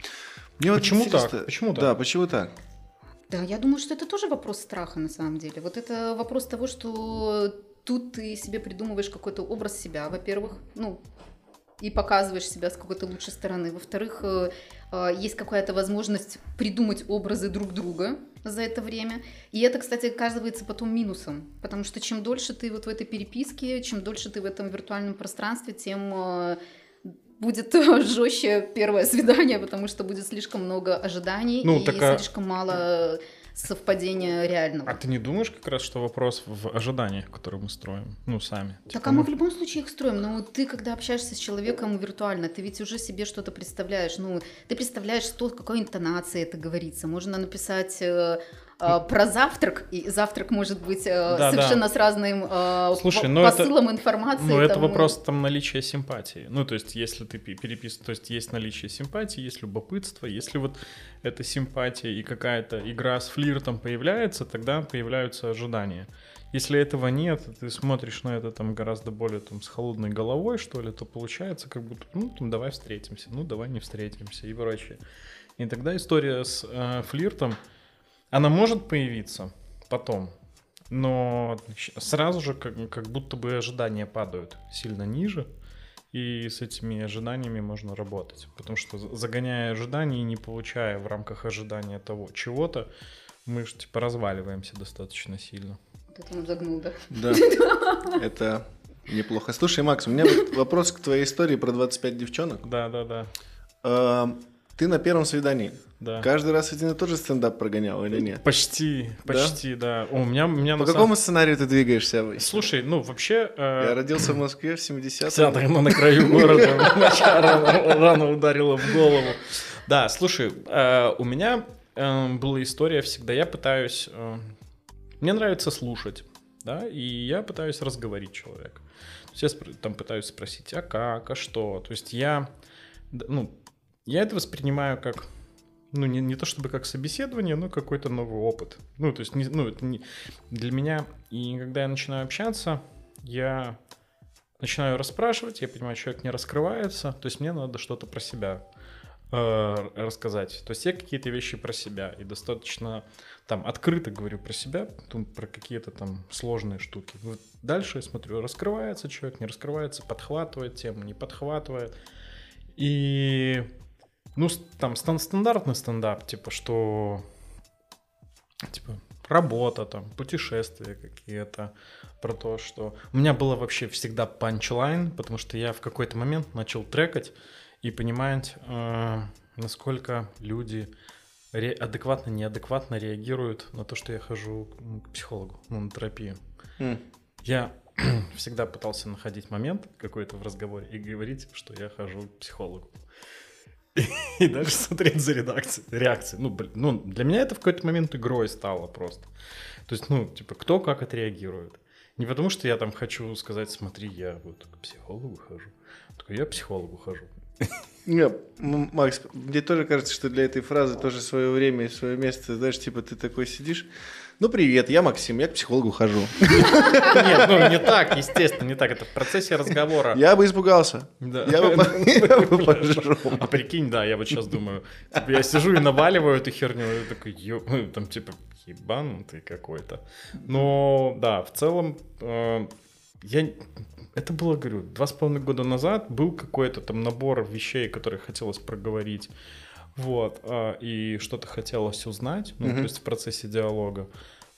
Почему так? Почему так? Да, почему так? Да, я думаю, что это тоже вопрос страха на самом деле. Вот это вопрос того, что тут ты себе придумываешь какой-то образ себя, во-первых, ну, и показываешь себя с какой-то лучшей стороны. Во-вторых, есть какая-то возможность придумать образы друг друга за это время. И это, кстати, оказывается потом минусом. Потому что чем дольше ты вот в этой переписке, чем дольше ты в этом виртуальном пространстве, тем будет жестче первое свидание, потому что будет слишком много ожиданий ну, и такая... слишком мало совпадения реального. А ты не думаешь как раз, что вопрос в ожиданиях, которые мы строим, ну, сами? Так, типа, а мы в любом случае их строим, но ты, когда общаешься с человеком виртуально, ты ведь уже себе что-то представляешь, ну, ты представляешь, что, какой интонацией это говорится, можно написать... про завтрак, и завтрак может быть да, совершенно да. с разным э, Слушай, по- посылом это, информации. Ну, это вопрос там наличия симпатии. Ну, то есть, если ты переписываешь, то есть, есть наличие симпатии, есть любопытство, если вот эта симпатия и какая-то игра с флиртом появляется, тогда появляются ожидания. Если этого нет, ты смотришь на это там гораздо более там с холодной головой, что ли, то получается как будто, ну, там, давай встретимся, ну, давай не встретимся и прочее. И тогда история с э, флиртом, она может появиться потом, но сразу же как, как будто бы ожидания падают сильно ниже, и с этими ожиданиями можно работать. Потому что загоняя ожидания и не получая в рамках ожидания того чего-то, мы же типа разваливаемся достаточно сильно. Вот это он загнул, да? Да, это неплохо. Слушай, Макс, у меня вот вопрос к твоей истории про двадцать пять девчонок. Да, да, да. А, ты на первом свидании Да. каждый раз один и тот же стендап прогонял или нет? Почти, почти, да. да. О, у меня, у меня По на какому самом... сценарию ты двигаешься обычно? Слушай, ну вообще... Э... Я родился в Москве в семидесятом. Театр на краю города, моча рано ударила в голову. Да, слушай, э, у меня э, была история всегда, я пытаюсь... Э, мне нравится слушать, да, и я пытаюсь разговорить человека. То есть я спр- там пытаюсь спросить, а как, а что? То есть я, ну, я это воспринимаю как... Ну, не, не то чтобы как собеседование, но какой-то новый опыт. Ну, то есть, не, ну, это не для меня. И когда я начинаю общаться, я начинаю расспрашивать, я понимаю, человек не раскрывается, то есть мне надо что-то про себя э, рассказать. То есть я какие-то вещи про себя и достаточно там открыто говорю про себя, там, про какие-то там сложные штуки. Вот дальше я смотрю, раскрывается человек, не раскрывается, подхватывает тему, не подхватывает. И... Ну, там стан- стандартный стендап, типа, что, типа, работа, там, путешествия какие-то, про то, что... У меня было вообще всегда панчлайн, потому что я в какой-то момент начал трекать и понимать, э, насколько люди ре- адекватно, неадекватно реагируют на то, что я хожу к психологу, ну, на терапию. Mm. Я всегда пытался находить момент какой-то в разговоре и говорить, что я хожу к психологу. И дальше смотреть за реакцией. реакцией. Ну, блин, ну, для меня это в какой-то момент игрой стало просто. То есть, ну, типа, кто как отреагирует. Не потому, что я там хочу сказать, смотри, я вот к психологу хожу. Только я к психологу хожу. Не, Макс, мне тоже кажется, что для этой фразы тоже свое время и свое место. Знаешь, типа ты такой сидишь. Ну, привет, я Максим, я к психологу хожу. Нет, ну не так, естественно, не так. Это в процессе разговора. Я бы испугался. Да. Я бы пожру. А прикинь, да, я вот сейчас думаю, типа, я сижу и наваливаю эту херню, и такой, ё, ну, там типа, ебанутый какой-то. Но, да, в целом, э, я... Это было, говорю, два с половиной года назад был какой-то там набор вещей, которые хотелось проговорить, вот, э, и что-то хотелось узнать, ну, mm-hmm. то есть в процессе диалога.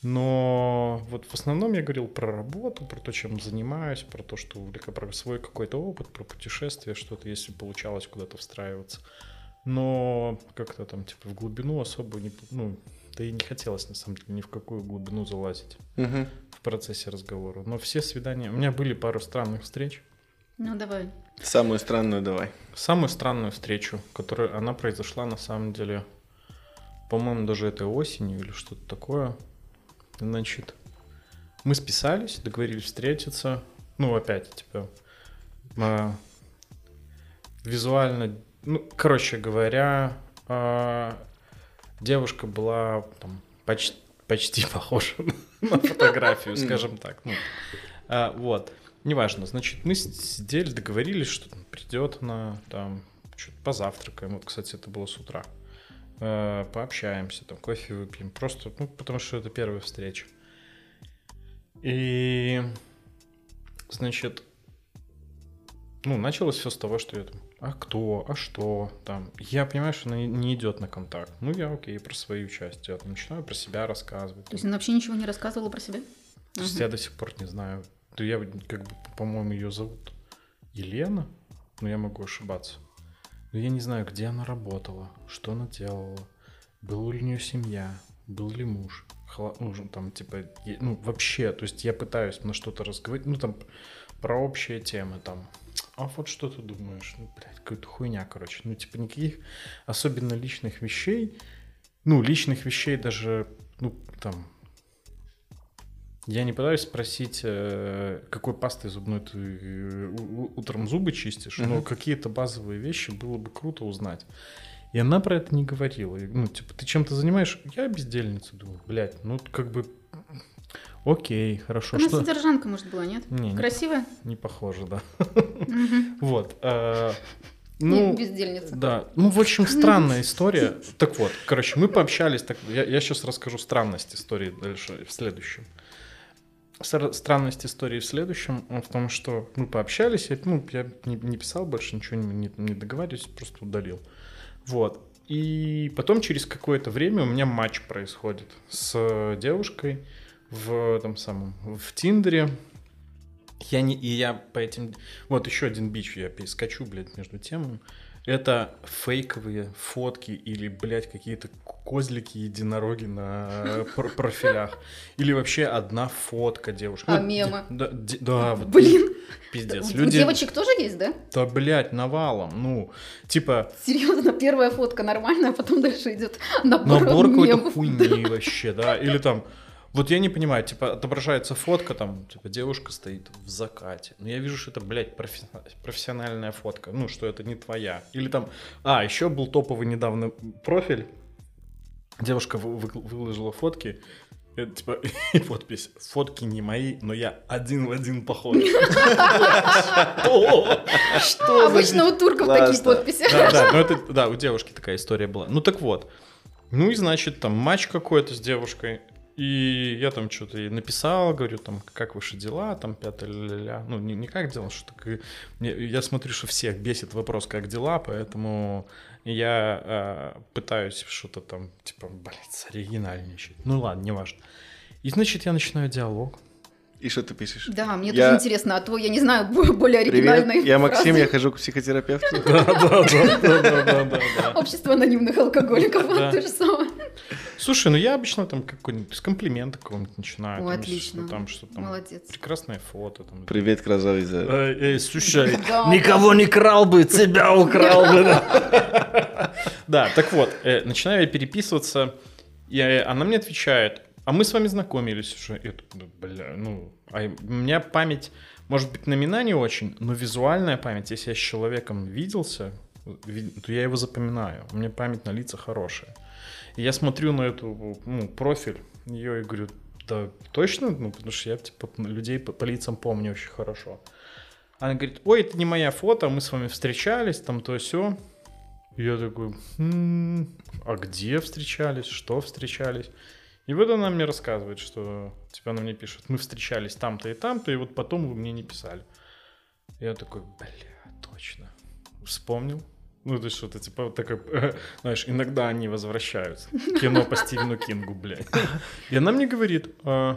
Но вот в основном я говорил про работу, про то, чем занимаюсь, про то, что увлекаю, про свой какой-то опыт, про путешествия, что-то, если получалось куда-то встраиваться. Но как-то там, типа, в глубину особо не... Ну, да и не хотелось, на самом деле, ни в какую глубину залазить Угу. в процессе разговора. Но все свидания... У меня были пару странных встреч. Ну, давай. Самую странную давай. Самую странную встречу, которая... Она произошла, на самом деле, по-моему, даже этой осенью или что-то такое. Значит, мы списались, договорились встретиться. Ну, опять, типа, э, визуально... Ну, короче говоря, э, девушка была там, почти, почти похожа на фотографию, скажем так. Ну, э, вот, неважно. Значит, мы сидели, договорились, что там, придет она, там, что-то позавтракаем. Вот, кстати, это было с утра. Э, пообщаемся, там, кофе выпьем. Просто, ну, потому что это первая встреча. И, значит, ну, началось все с того, что я там, а кто, а что, там. Я понимаю, что она не идет на контакт. Ну, я окей, про свою часть. Я там начинаю про себя рассказывать. То есть она вообще ничего не рассказывала про себя? То есть uh-huh. я до сих пор не знаю. То я, как бы, по-моему, ее зовут Елена, но я могу ошибаться. Но я не знаю, где она работала, что она делала, была ли у нее семья, был ли муж, хла... ну, там, типа, ну, вообще, то есть я пытаюсь на что-то разговаривать, ну, там, про общие темы, там, а вот что ты думаешь, ну, блядь, какая-то хуйня, короче, ну, типа, никаких особенно личных вещей, ну, личных вещей даже, ну, там, я не пытаюсь спросить, какой пастой зубной ты утром зубы чистишь, uh-huh. но какие-то базовые вещи было бы круто узнать. И она про это не говорила. Ну, типа, ты чем-то занимаешь? Я бездельница. Думаю, блядь, ну, как бы, окей, хорошо. Она что... содержанка, может, была, нет? Не, красивая? Не, не похоже, да. Uh-huh. Вот. А, ну, не, бездельница. Да. Ну, в общем, странная история. Так вот, короче, мы пообщались. Так, я, я сейчас расскажу странность истории дальше в следующем. странность истории в следующем, в том, что мы пообщались, я, ну, я не, не писал больше, ничего не, не, не договариваюсь, просто удалил. Вот. И потом через какое-то время у меня матч происходит с девушкой в том самом, в Тиндере. Я не, и я по этим... Вот еще один бич я перескочу, блядь, между темами. Это фейковые фотки или, блядь, какие-то козлики, единороги на пр- профилях. Или вообще одна фотка девушки. А вот, мемы? Да, де, да вот, Блин. Пиздец. У Люди... девочек тоже есть, да? Да, блядь, навалом. Ну, типа... Серьезно, первая фотка нормальная, а потом дальше идет набор, Набор какой-то мемов. хуйни вообще, да. Или там... Вот я не понимаю, типа, отображается фотка, там, типа, девушка стоит в закате. Но я вижу, что это, блядь, профи- профессиональная фотка. Ну, что это не твоя. Или там... А, еще был топовый недавно профиль. Девушка вы- вы- выложила фотки. Это, типа, и подпись. Фотки не мои, но я один в один похож. Что? Что? Обычно у турков такие подписи. Да, да, ну это, да, у девушки такая история была. Ну так вот. Ну и значит, там матч какой-то с девушкой. И я там что-то ей написал, говорю, там, как ваши дела, там, пятое ля-ля-ля. Ну, не, не как дела, что так... Я смотрю, что всех бесит вопрос, как дела, поэтому я э, пытаюсь что-то там, типа, блядь, оригинальничать. Ну ладно, неважно. И, значит, я начинаю диалог. И что ты пишешь? Да, мне Я- тоже интересно, а то я не знаю более оригинальной Привет, я Максим, фразы. я хожу к психотерапевту. Да-да-да. Общество анонимных алкоголиков, вот Да. то же самое. Слушай, ну я обычно там какой-нибудь с комплимента какого-нибудь начинаю. Ой, там, отлично. что там, что там. Молодец. Прекрасное фото. Там. Привет, красавица. Эй, эй, слушай, Да. никого не крал бы, тебя украл бы. Да, Да, так вот, э, начинаю я переписываться, и э, она мне отвечает, а мы с вами знакомились уже. Я такой, ну, бля, ну, а у меня память, может быть, на имена не очень, но визуальная память, если я с человеком виделся, ви- то я его запоминаю. У меня память на лица хорошая. И я смотрю на эту, ну, профиль ее и говорю, да точно? Ну, потому что я, типа, людей по, по лицам помню очень хорошо. Она говорит, ой, это не моя фото, мы с вами встречались, там то сё. И я такой, «М, а где встречались, что встречались? И вот она мне рассказывает, что, типа, она мне пишет, мы встречались там-то и там-то, и вот потом вы мне не писали. Я такой, бля, точно. Вспомнил. Ну, то есть что-то, типа, вот такое, знаешь, иногда они возвращаются. Кино по Стивену Кингу, блядь. И она мне говорит, а,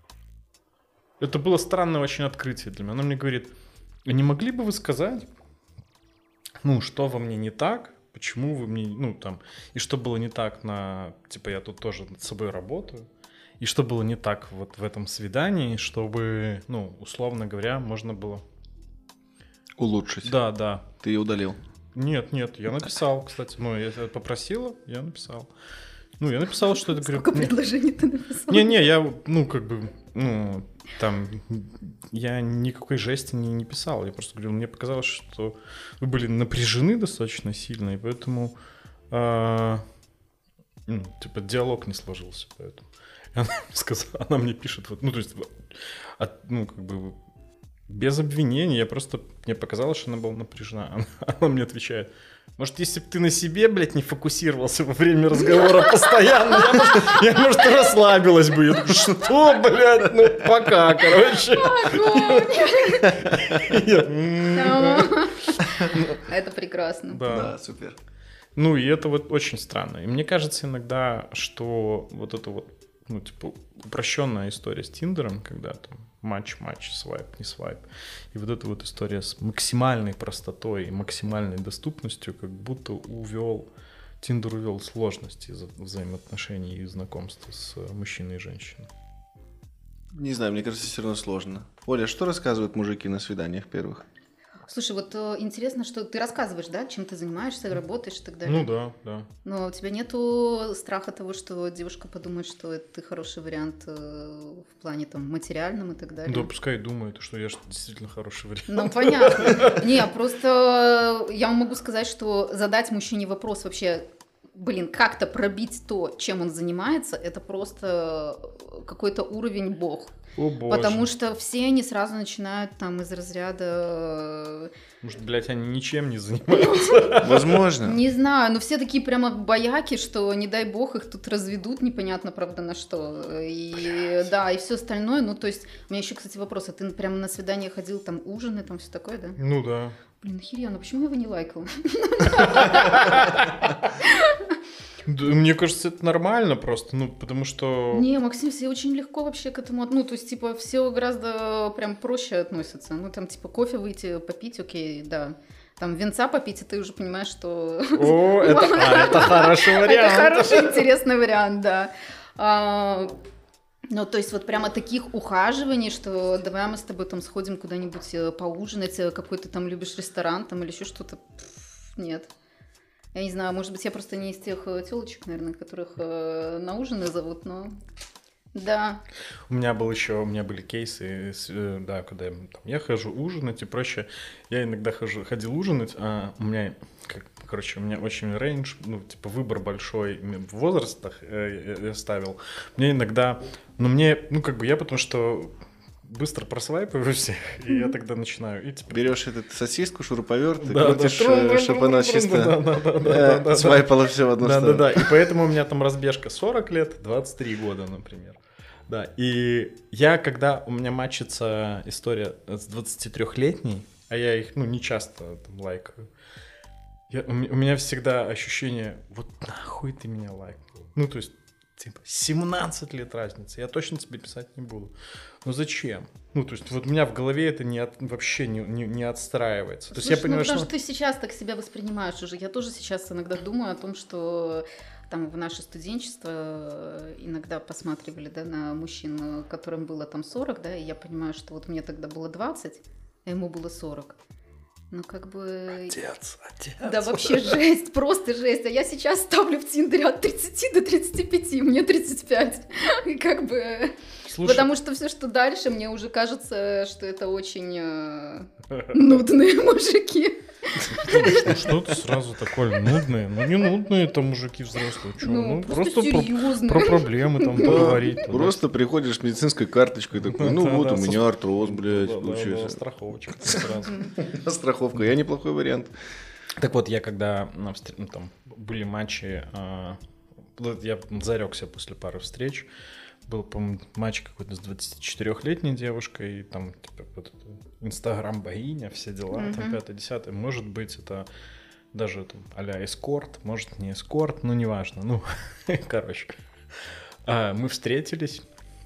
это было странное очень открытие для меня. Она мне говорит, а не могли бы вы сказать, ну, что во мне не так, почему вы мне, ну, там, и что было не так на, типа, я тут тоже над собой работаю, и что было не так вот в этом свидании, чтобы, ну, условно говоря, можно было... Улучшить. Да, да. Ты ее удалил. Нет, нет, я написал, кстати, ну, я попросила, я написал. Ну, я написал, что это, говорю... Сколько ну, предложений ты написал? Не-не, я, ну, как бы, ну, там, я никакой жести не, не писал. Я просто говорю, мне показалось, что вы были напряжены достаточно сильно, и поэтому, а, ну, типа, диалог не сложился, поэтому. И она мне сказала, она мне пишет, вот, ну, то есть, от, ну, как бы, без обвинений, я просто, мне показалось, что она была напряжена. Она, она мне отвечает, может, если бы ты на себе, блядь, не фокусировался во время разговора постоянно, я, может, я, может, расслабилась бы. Я такой, что, блядь, ну, пока, короче. Я, м, Это прекрасно. Да. Да, супер. Ну, и это вот очень странно. И мне кажется иногда, что вот это вот, ну, типа, упрощенная история с Тиндером, когда там матч-матч, свайп, не свайп, и вот эта вот история с максимальной простотой и максимальной доступностью как будто увел, Тиндер увел сложности за- взаимоотношений и знакомства с мужчиной и женщиной. Не знаю, мне кажется, все равно сложно. Оля, что рассказывают мужики на свиданиях первых? Слушай, вот э, интересно, что ты рассказываешь, да, чем ты занимаешься, работаешь и так далее. Ну да, да. Но у тебя нету страха того, что девушка подумает, что это хороший вариант э, в плане там материальном и так далее? Да, пускай думает, что я ж действительно хороший вариант. Ну, понятно. Не, просто я могу сказать, что задать мужчине вопрос вообще, блин, как-то пробить то, чем он занимается, это просто какой-то уровень бог. О, боже. Потому что все они сразу начинают там из разряда... Может, блядь, они ничем не занимаются? Возможно. Не знаю, но все такие прямо бояки, что, не дай бог, их тут разведут непонятно, правда, на что. И да, и все остальное. Ну, то есть, у меня еще, кстати, вопрос. А ты прямо на свидание ходил, там ужины, там все такое, да? Ну да. Блин, охеренно, почему я его не лайкала? Да, мне кажется, это нормально просто, ну, потому что... Не, Максим, все очень легко вообще к этому, ну, то есть, типа, все гораздо прям проще относятся. Ну, там, типа, кофе выйти, попить, окей, да. Там, винца попить, и ты уже понимаешь, что... О, это, а, это хороший вариант. Это хороший, интересный вариант, да. А, ну, то есть, вот прямо таких ухаживаний, что давай мы с тобой там сходим куда-нибудь поужинать, какой ты там любишь ресторан там или еще что-то. Пфф, нет. Я не знаю, может быть, я просто не из тех тёлочек, наверное, которых э, на ужины зовут, но да. У меня был еще, у меня были кейсы, да, когда я, там, я хожу ужинать и прочее. Я иногда хожу, ходил ужинать, а у меня, как, короче, у меня очень рейндж, ну, типа, выбор большой в возрастах э, я ставил. Мне иногда, ну, мне, ну, как бы я, потому что быстро просвайпаю всех, и я тогда начинаю. И, типа... Берешь этот сосиску, шуруповерт, и да, крутишь, да, чтобы она чисто да, да, да, да, свайпала все в одну да, сторону. Да, да, и поэтому у меня там разбежка сорок лет, двадцать три года, например. Да, и я, когда у меня матчится история с двадцатитрёхлетней, а я их, ну, не часто там лайкаю, я, у, у меня всегда ощущение, вот нахуй ты меня лайкнул. Ну, то есть, типа, семнадцать лет разницы, я точно тебе писать не буду. Ну зачем? Ну, то есть, вот у меня в голове это не от, вообще не, не, не отстраивается. То Слушай, есть, я понимаю, ну, потому что... что ты сейчас так себя воспринимаешь уже. Я тоже сейчас иногда думаю о том, что там в наше студенчество иногда посматривали, да, на мужчин, которым было там сорок, да, и я понимаю, что вот мне тогда было двадцать, а ему было сорок. Ну, как бы... Отец, отец. Да, вообще жесть, просто жесть. А я сейчас ставлю в Тиндере от тридцати до тридцати пяти, мне тридцать пять. И как бы... Слушай... Потому что все, что дальше, мне уже кажется, что это очень э, нудные мужики. Ну что ты сразу такой нудные? Ну не нудные там мужики взрослые. Чё? Ну, Ну, просто просто про, про проблемы там поговорить. Просто приходишь с медицинской карточкой такой, ну вот у меня артроз, блядь, получается. Страховочка сразу. Страховка, я неплохой вариант. Так вот, я когда ну, там были матчи, я зарекся после пары встреч. Был, по-моему, матч какой-то с двадцатичетырёхлетней девушкой, и там, типа, вот Инстаграм-богиня, все дела, mm-hmm. там, пятое-десятое. Может быть, это даже там а-ля эскорт, может, не эскорт, ну, неважно. Ну, короче. А, мы встретились,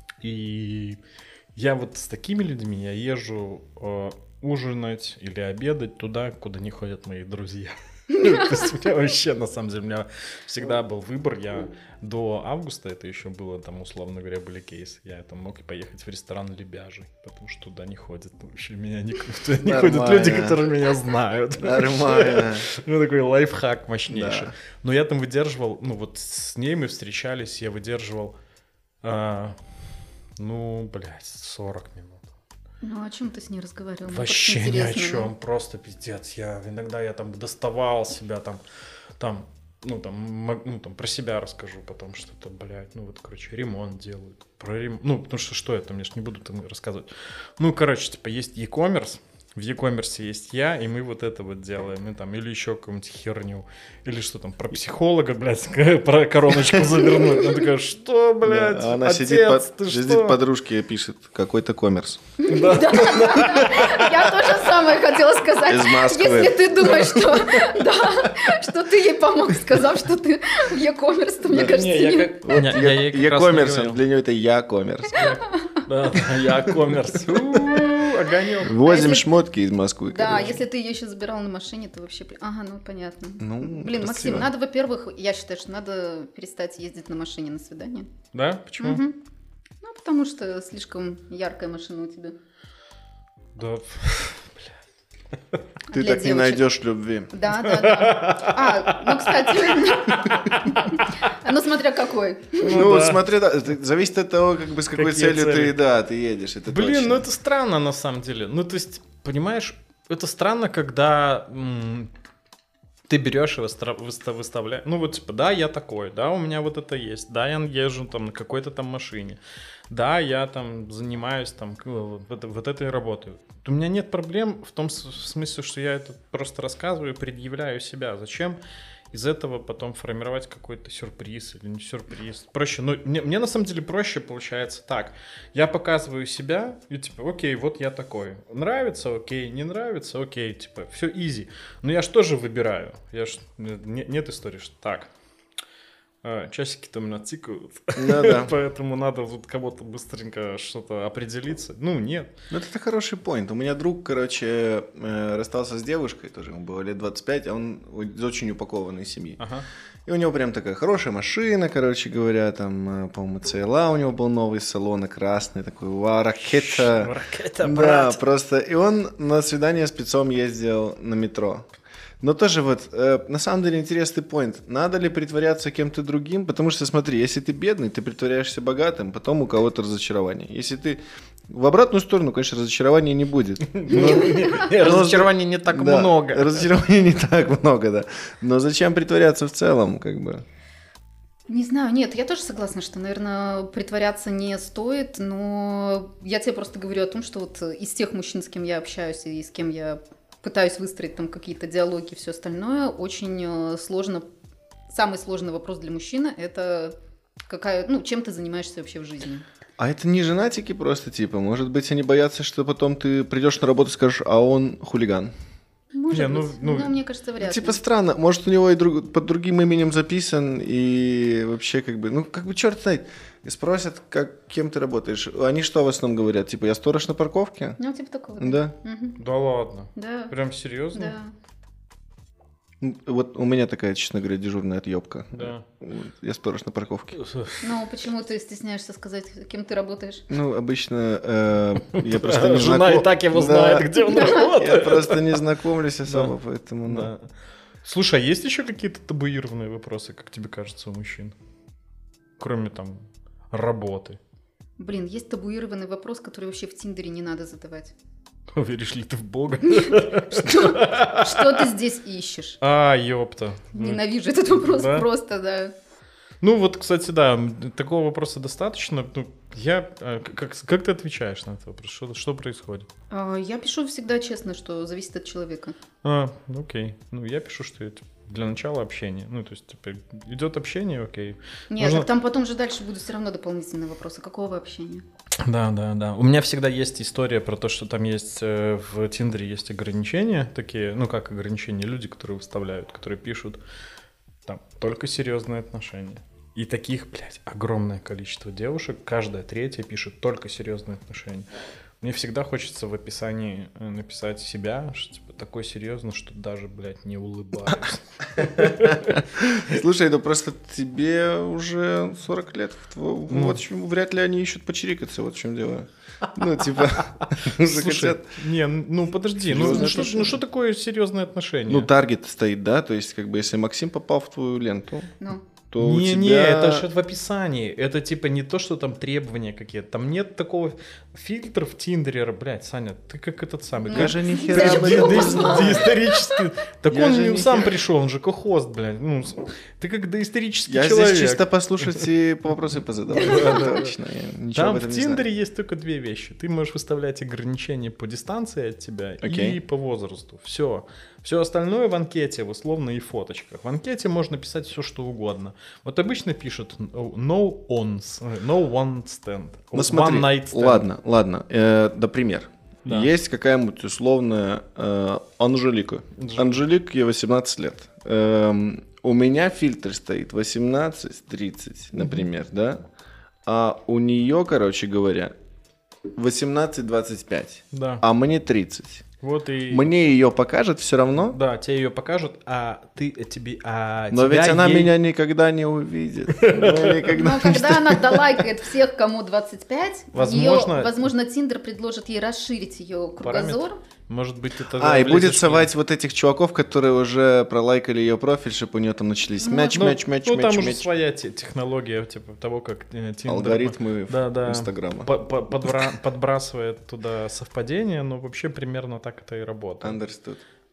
и я вот с такими людьми, я езжу э, ужинать или обедать туда, куда не ходят мои друзья. То есть у меня вообще, на самом деле, у меня всегда был выбор. Я до августа, это еще было, там, условно говоря, были кейсы, я там мог поехать в ресторан Лебяжий, потому что туда не ходят. Вообще меня не, не ходят люди, которые меня знают. Нормально. Ну, такой лайфхак мощнейший. Да. Но я там выдерживал, ну, вот с ней мы встречались, я выдерживал, а, ну, блядь, сорок минут. Ну, о чем ты с ней разговаривал? Вообще ни о чем, просто пиздец. Я иногда я там доставал себя, там, там, ну там, ну там про себя расскажу, потом что-то, блядь, ну вот, короче, ремонт делают, про ремонт, ну потому что что это, я же не буду там рассказывать. Ну, короче, типа есть e-commerce. В e-commerce есть я, и мы вот это вот делаем, и там, или еще какую-нибудь херню, или что там, про психолога, блядь, про короночку завернуть. Она такая, что, блядь, да, она отец, сидит, под, ты сидит что? подружке и пишет, какой-то коммерс. Я тоже самое хотела сказать. Если ты думаешь, что что ты ей помог, сказав, что ты в e-commerce, то мне кажется, нет. E-commerce, для нее это я-коммерс. Да, я-коммерс. Огонек. Возим а шмотки из Москвы. Да, короче. Если ты ее еще забирал на машине, то вообще... Ага, ну понятно. Ну, блин, красиво. Максим, надо, во-первых, я считаю, что надо перестать ездить на машине на свидание. Да? Почему? Угу. Ну, потому что слишком яркая машина у тебя. Да, бля. Ты так девочек. Не найдешь любви. Да, да, да. А, ну, кстати, ну, смотря какой. Ну, да. смотря, да, зависит от того, как бы с какой Какие целью цели? ты, да, ты едешь. Это Блин, точно. ну это странно на самом деле. Ну, то есть, понимаешь, это странно, когда м- ты берешь и выставляешь, ну вот типа, да, я такой, да, у меня вот это есть, да, я езжу там на какой-то там машине, да, я там занимаюсь там вот, вот этой работой. У меня нет проблем в том смысле, что я это просто рассказываю, предъявляю себя. Зачем из этого потом формировать какой-то сюрприз или не сюрприз? Проще, ну, мне, мне на самом деле проще получается так. Я показываю себя и типа, окей, вот я такой. Нравится, окей, не нравится, окей, типа, все изи. Но я ж тоже выбираю. Я ж, не, нет истории, что так. А, часики-то у меня тикают, ну, да. Поэтому надо вот кого-то быстренько что-то определиться. Ну, нет. Ну, это хороший поинт. У меня друг, короче, расстался с девушкой, тоже ему было лет двадцать пять, а он из очень упакованной семьи. Ага. И у него прям такая хорошая машина, короче говоря, там, по-моему, си эл а у него был новый салон, красный, такой, вау, ракета. Ракета, Да, брат. просто, и он на свидание с спецом ездил на метро. Но тоже вот, э, на самом деле интересный поинт. Надо ли притворяться кем-то другим? Потому что, смотри, если ты бедный, ты притворяешься богатым, потом у кого-то разочарование. Если ты в обратную сторону, конечно, разочарования не будет. Разочарований не так много. Разочарований не так много, да. Но зачем притворяться в целом, как бы? Не знаю, нет, я тоже согласна, что, наверное, притворяться не стоит, но я тебе просто говорю о том, что вот из тех мужчин, с кем я общаюсь и с кем я пытаюсь выстроить там какие-то диалоги и все остальное, очень сложно. Самый сложный вопрос для мужчины – это какая, ну, чем ты занимаешься вообще в жизни. А это не женатики просто, типа? Может быть, они боятся, что потом ты придешь на работу и скажешь, а он хулиган? Может не, быть, ну, ну, но мне кажется, вряд ли. Типа странно, может, у него и друг, под другим именем записан, и вообще как бы, ну, как бы черт знает. И спросят, как, кем ты работаешь. Они что в основном говорят? Типа, я сторож на парковке? Ну, типа такого. Да. Угу. Да ладно? Да. Прям серьезно? Да. Вот у меня такая, честно говоря, дежурная отъебка. Да. Я сторож на парковке. Ну, почему ты стесняешься сказать, кем ты работаешь? Ну, обычно э, я просто не Жена знаком... и так его знает, где он работает. Я просто не знакомлюсь особо, поэтому... Да. Слушай, а есть еще какие-то табуированные вопросы, как тебе кажется, у мужчин? Кроме там работы. Блин, есть табуированный вопрос, который вообще в Тиндере не надо задавать. Веришь ли ты в Бога? Что, что ты здесь ищешь? А, ёпта. Ненавижу этот вопрос Да? просто, да. Ну вот, кстати, да, такого вопроса достаточно. Ну, я, как, как ты отвечаешь на этот вопрос? Что, что происходит? А, Я пишу всегда честно, что зависит от человека. А, окей. Ну, я пишу, что это для начала общение. Ну, то есть, типа, идет общение, окей. Нет, Можно- так там потом же дальше будут все равно дополнительные вопросы. Какого общения? Да, да, да. У меня всегда есть история про то, что там есть э, в Тиндере есть ограничения такие, ну как ограничения, люди, которые выставляют, которые пишут там только серьезные отношения. И таких, блядь, огромное количество девушек, каждая третья пишет только серьезные отношения. Мне всегда хочется в описании э, написать себя, что типа такой серьезно, что даже, блядь, не улыбаюсь. Слушай, ну просто тебе уже сорок лет. Вот почему вряд ли они ищут почирикаться, вот в чем дело. Ну, типа, уже Слушай, хотят... не, ну подожди, ну Серьезные что, отношения. ну что такое серьезные отношения? Ну, таргет стоит, да? То есть, как бы, если Максим попал в твою ленту, Ну, то у Не, тебя... не, это же в описании. Это типа не то, что там требования какие-то. Там нет такого фильтра в Тиндере. Блядь, Саня, ты как этот самый. Я как- же ни Ты хера же об Ди- этом не ди- знаю. Доисторический. Так Я он же не ни сам хера- пришел, он же кохост, блядь. Ну, с- ты как доисторический Я человек. здесь чисто послушать и вопросы позадавать. Точно, я ничего Там об этом в не знаю. Тиндере есть только две вещи. Ты можешь выставлять ограничения по дистанции от тебя Окей. и по возрасту. Все. Все остальное в анкете, в условно и фоточках. В анкете можно писать все, что угодно. Вот обычно пишут no ons, no one stand, Ну смотри, one night stand. ладно, ладно, э, например, Да. есть какая-нибудь условная э, Анжелика. Анжелика. Анжелике восемнадцать лет. Эм, у меня фильтр стоит восемнадцать тридцать, например, да? А у нее, короче говоря, восемнадцать двадцать пять, Да. а мне тридцать. Вот и... Мне ее покажет все равно, Да, тебе ее покажут, а ты тебе... А но тебя ведь она ей- меня никогда не увидит. Она никогда Но когда она долайкает всех, кому двадцать пять, Возможно- её, возможно, Тиндер предложит ей расширить ее кругозор. Может быть, ты А, тогда и будет влезешь в- совать вот этих чуваков, которые уже пролайкали ее профиль, чтобы у нее там начались Ну, мяч, Ну, мяч, мяч, ну, мяч, там уже мяч. своя те- технология, типа того, как э, Tinder Алгоритмы Да, да. Инстаграма. по- по- подбра- подбрасывает туда совпадение, но вообще примерно так это и работает. Understood.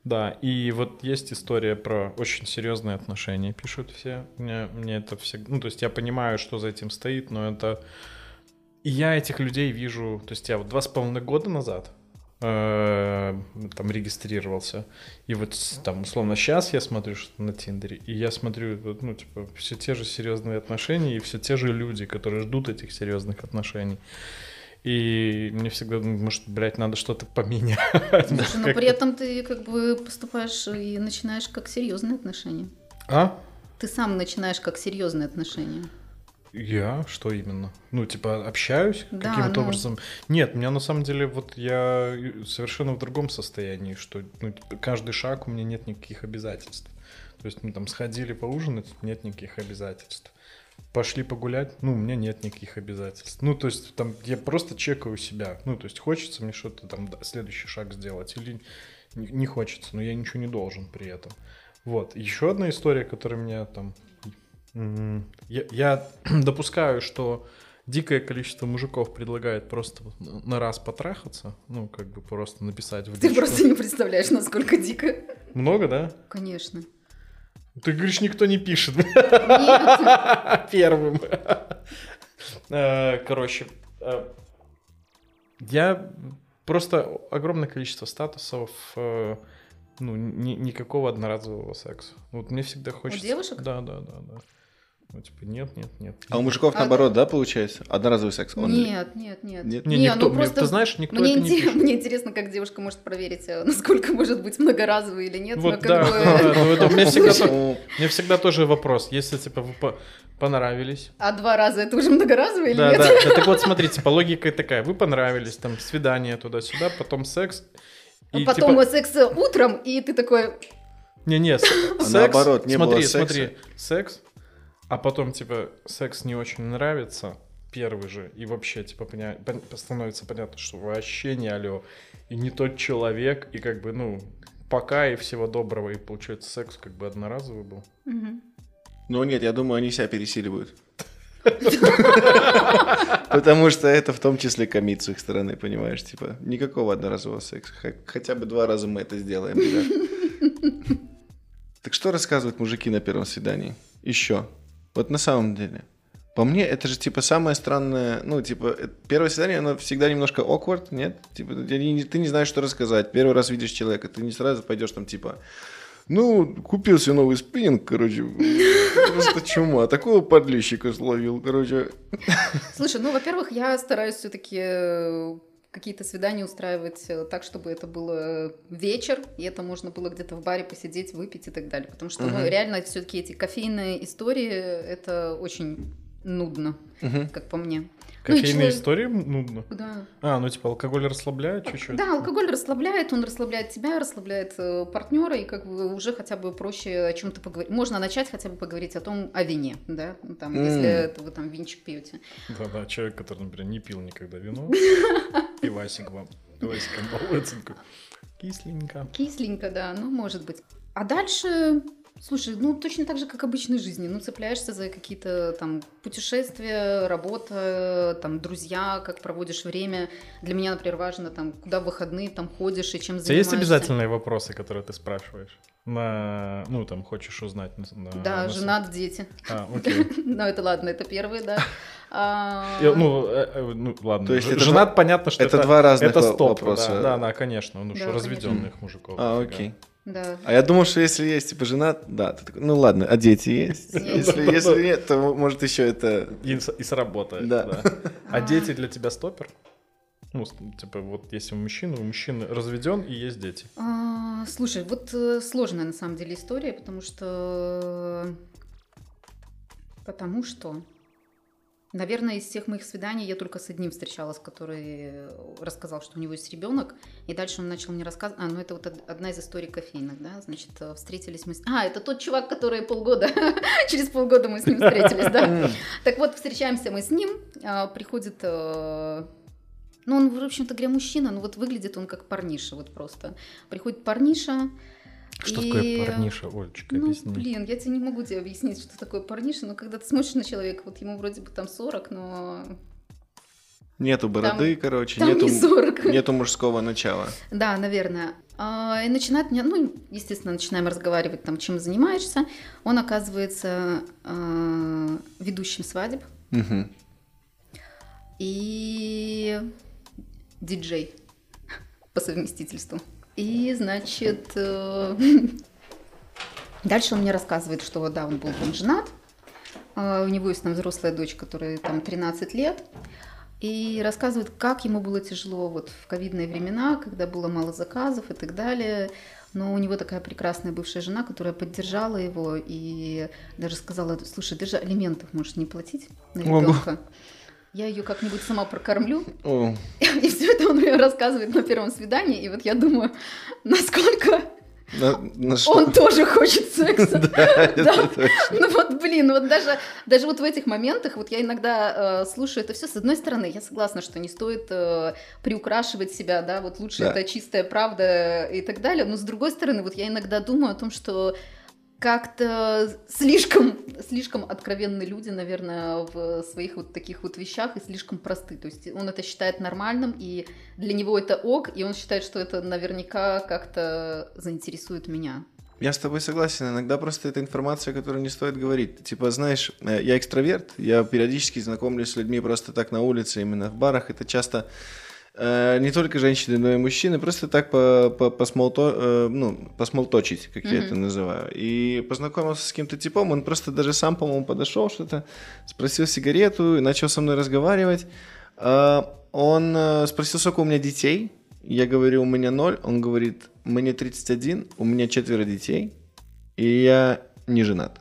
Да, и вот есть история про очень серьезные отношения, пишут все. Мне, мне это все... Ну, то есть я понимаю, что за этим стоит, но это... И я этих людей вижу... То есть я вот два с половиной года назад э, там регистрировался, и вот там условно сейчас я смотрю что на Тиндере, и я смотрю, ну, типа, все те же серьезные отношения, и все те же люди, которые ждут этих серьезных отношений. И мне всегда, может, блядь, надо что-то поменять. Слушай, но при этом ты как бы поступаешь и начинаешь как серьезные отношения. А? Ты сам начинаешь как серьезные отношения. Я? Что именно? Ну, типа, общаюсь Да, каким-то ну... образом? Нет, у меня на самом деле вот я совершенно в другом состоянии, что ну, типа, каждый шаг у меня нет никаких обязательств. То есть, ну, там, сходили поужинать, нет никаких обязательств. Пошли погулять, ну, у меня нет никаких обязательств. Ну, то есть, там, я просто чекаю себя. Ну, то есть, хочется мне что-то там, следующий шаг сделать или не, не хочется, но я ничего не должен при этом. Вот. Еще одна история, которая меня там... Я, я допускаю, что дикое количество мужиков предлагает просто на раз потрахаться, ну, как бы просто написать в личку. Ты просто не представляешь, насколько дико. Много, да? Конечно. Ты говоришь, никто не пишет. Нет. Первым. Короче, я просто огромное количество статусов, ну, ни, никакого одноразового секса. Вот мне всегда хочется... У девушек? Да, да, да, да. Ну, типа, нет, нет, нет. А у мужиков А, наоборот, да, получается? Одноразовый секс? Он... Нет, нет, нет. Нет? Не, Не, никто, ну просто... ты знаешь, никто мне, это не инте- пишет. мне интересно, как девушка может проверить, насколько может быть многоразовый или нет. Вот, но как да, бы... ну, это у меня всегда, Слушай, то- мне всегда тоже вопрос. Если, типа, вы по- понравились. А два раза это уже многоразовый или Да, нет? да, да. Так вот, смотрите, по логике такая. Вы понравились, там, свидание туда-сюда, потом секс. А И, потом типа, секс утром, и ты такой... Не-не, с- секс... наоборот, не смотри, было секса. смотри, секс, а потом, типа, секс не очень нравится, первый же, и вообще, типа, поня... пон- становится понятно, что вообще не алё, и не тот человек, и как бы, ну, пока и всего доброго, и получается секс как бы одноразовый был. Мгм. Ну нет, я думаю, они себя пересиливают. Потому что это в том числе комит с их стороны, понимаешь? Типа, никакого одноразового секса. Х- Хотя бы два раза мы это сделаем, ребят. Так что рассказывают мужики на первом свидании? Еще. Вот на самом деле. По мне, это же, типа, самое странное... Ну, типа, э, первое свидание, оно всегда немножко awkward, нет? Типа, ты не, ты не знаешь, что рассказать. Первый раз видишь человека, ты не сразу пойдешь там, типа... Ну, купил себе новый спиннинг, короче, просто чума. Такого подлещика словил, короче. Слушай, ну, во-первых, я стараюсь все-таки какие-то свидания устраивать э, так, чтобы это было вечер, и это можно было где-то в баре посидеть, выпить и так далее. Потому что, ну, Мгм. реально, все-таки эти кофейные истории, это очень нудно, Мгм. как по мне. Ну, и Кофейные человек- истории нудно. Да. А, ну, типа, алкоголь расслабляет чуть-чуть? Да, алкоголь расслабляет, он расслабляет тебя, расслабляет э, партнера, и как бы уже хотя бы проще о чем-то поговорить. Можно начать хотя бы поговорить о том, о вине, да, ну, там, М. если это вы там винчик пьете. Да-да, человек, который, например, не пил никогда вино, пивасик вам, пивасиком балуется, он такой, кисленько. Кисленько, да, ну, может быть. А дальше, слушай, ну, точно так же, как в обычной жизни. Ну, цепляешься за какие-то там путешествия, работа, там, друзья, как проводишь время. Для меня, например, важно, там, куда в выходные там ходишь и чем У тебя есть занимаешься. обязательные вопросы, которые ты спрашиваешь? На, ну, там, хочешь узнать? На, на- Да, на- женат, дети. А, окей. Ну, это ладно, это первый, да. А, Я- ну, э, э, ну, ладно. То есть Ж- это женат, понятно, что это это... два разных это во- стоп, вопроса. Да, да, да, конечно. Ну, Да, что, разведенных мужиков. А, дофига. окей. Да. А я думал, что если есть, типа, женат, да, ты такой, ну ладно, а дети есть? Есть. Если, если нет, то может еще это... И, с- и сработает, Да. да. А дети для тебя стопер? Ну, с- типа, вот если у мужчины, у мужчины разведен и есть дети. А, слушай, вот э, сложная на самом деле история, потому что... Потому что... Наверное, из всех моих свиданий я только с одним встречалась, который рассказал, что у него есть ребенок, и дальше он начал мне рассказывать. А, ну это вот од- одна из историй кофейных, да, значит, э, встретились мы с... А, это тот чувак, который полгода, через полгода мы с ним встретились, да. Так вот, встречаемся мы с ним, а, приходит... э, Ну, он, в общем-то говоря, мужчина, но вот выглядит он как парниша, вот просто. Приходит парниша, Что и- такое парниша, Олечка, ну, объясни. блин, я тебе не могу тебе объяснить, что такое парниша, но когда ты смотришь на человека, вот ему вроде бы там сорок, но Нету бороды, там, короче, там нету, не сорок. нету мужского начала. Да, наверное. А, и начинает меня, ну, естественно, начинаем разговаривать, там, чем занимаешься. Он оказывается а, ведущим свадеб Угу. и диджей по совместительству. И, значит, э, дальше он мне рассказывает, что, да, он был там женат, а, у него есть там взрослая дочь, которой там тринадцать лет, и рассказывает, как ему было тяжело вот в ковидные времена, когда было мало заказов и так далее. Но у него такая прекрасная бывшая жена, которая поддержала его и даже сказала: слушай, ты же алиментов можешь не платить на ребенка. Я ее как-нибудь сама прокормлю. О. И все это он мне рассказывает на первом свидании. И вот я думаю, насколько На, на что? он тоже хочет секса. Да, это точно. Ну вот, блин, вот даже, даже вот в этих моментах, вот я иногда э, слушаю это все. С одной стороны, я согласна, что не стоит э, приукрашивать себя, да, вот лучше Да. это чистая правда и так далее. Но с другой стороны, вот я иногда думаю о том, что как-то слишком, слишком откровенны люди, наверное, в своих вот таких вот вещах и слишком просты. То есть он это считает нормальным, и для него это ок, и он считает, что это наверняка как-то заинтересует меня. Я с тобой согласен. Иногда просто это информация, которую не стоит говорить. Типа, знаешь, э, я экстраверт, я периодически знакомлюсь с людьми просто так на улице, именно в барах. Это часто э, не только женщины, но и мужчины. Просто так по, по, посмолто, э, ну, посмолточить, как я Мгм. это называю. И познакомился с каким-то типом, он просто даже сам, по-моему, подошел что-то, спросил сигарету и начал со мной разговаривать. Э, он э, спросил, сколько у меня детей. Я говорю, у меня ноль. Он говорит, мне тридцать один, у меня четверо детей, и я не женат.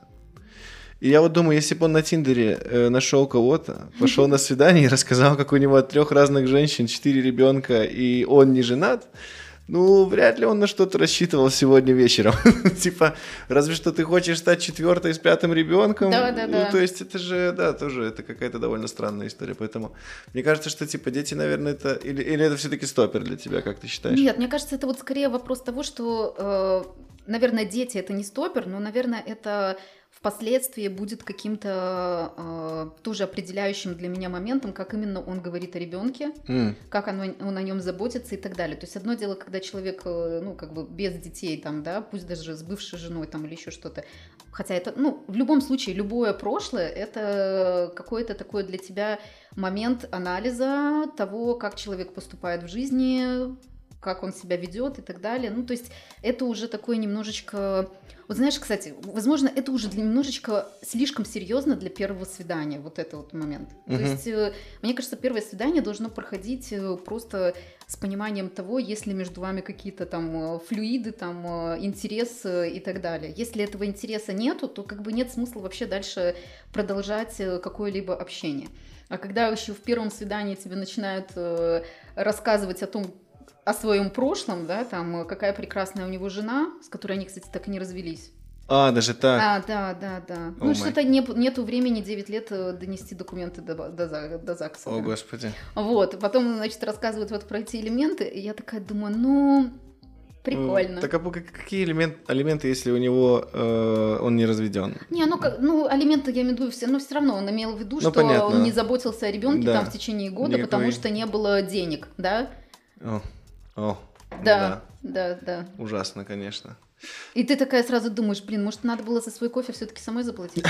И я вот думаю, если бы он на Тиндере э, нашел кого-то, пошел на свидание и рассказал, как у него от трех разных женщин четыре ребенка, и он не женат, ну, вряд ли он на что-то рассчитывал сегодня вечером. Типа, разве что ты хочешь стать четвертой с пятым ребенком. Да, да, да. Ну, то есть это же, да, тоже это какая-то довольно странная история. Поэтому мне кажется, что типа дети, наверное, это... Или, или это все-таки стопер для тебя, как ты считаешь? Нет, мне кажется, это вот скорее вопрос того, что, э, наверное, дети это не стопер, но, наверное, это впоследствии будет каким-то э, тоже определяющим для меня моментом, как именно он говорит о ребенке, М. как он, он о нем заботится и так далее. То есть одно дело, когда человек, э, ну, как бы без детей, там, да, пусть даже с бывшей женой там или еще что-то. Хотя это, ну, в любом случае, любое прошлое, это какой-то такой для тебя момент анализа того, как человек поступает в жизни, как он себя ведет и так далее. Ну, то есть это уже такое немножечко... Вот знаешь, кстати, возможно, это уже для- немножечко слишком серьезно для первого свидания, вот этот вот момент. Мгм. То есть, э, мне кажется, первое свидание должно проходить э, просто с пониманием того, есть ли между вами какие-то там э, флюиды, там э, интерес э, и так далее. Если этого интереса нету, то как бы нет смысла вообще дальше продолжать э, какое-либо общение. А когда еще в первом свидании тебе начинают э, рассказывать о том, о своем прошлом, да, там, э, какая прекрасная у него жена, с которой они, кстати, так и не развелись. А, даже так. А, да, да, да. О Ну, май. что-то не, нету времени девять лет э, донести документы до, ба- до, за- до ЗАГСа. О, да. господи. Вот, потом, значит, рассказывают вот про эти элементы, и я такая думаю, ну, прикольно. Ну, Так а по- как- какие элемент, элементы, если у него э, он не разведен? Не, ну, как, ну, алименты, я имею в виду, все, но все равно он имел в виду, Ну, что понятно. он не заботился о ребенке Да. там в течение года, Никакой- потому что не было денег, да? О, о, Да, да, да. Ужасно, конечно. И ты такая сразу думаешь, блин, может, надо было за свой кофе все-таки самой заплатить?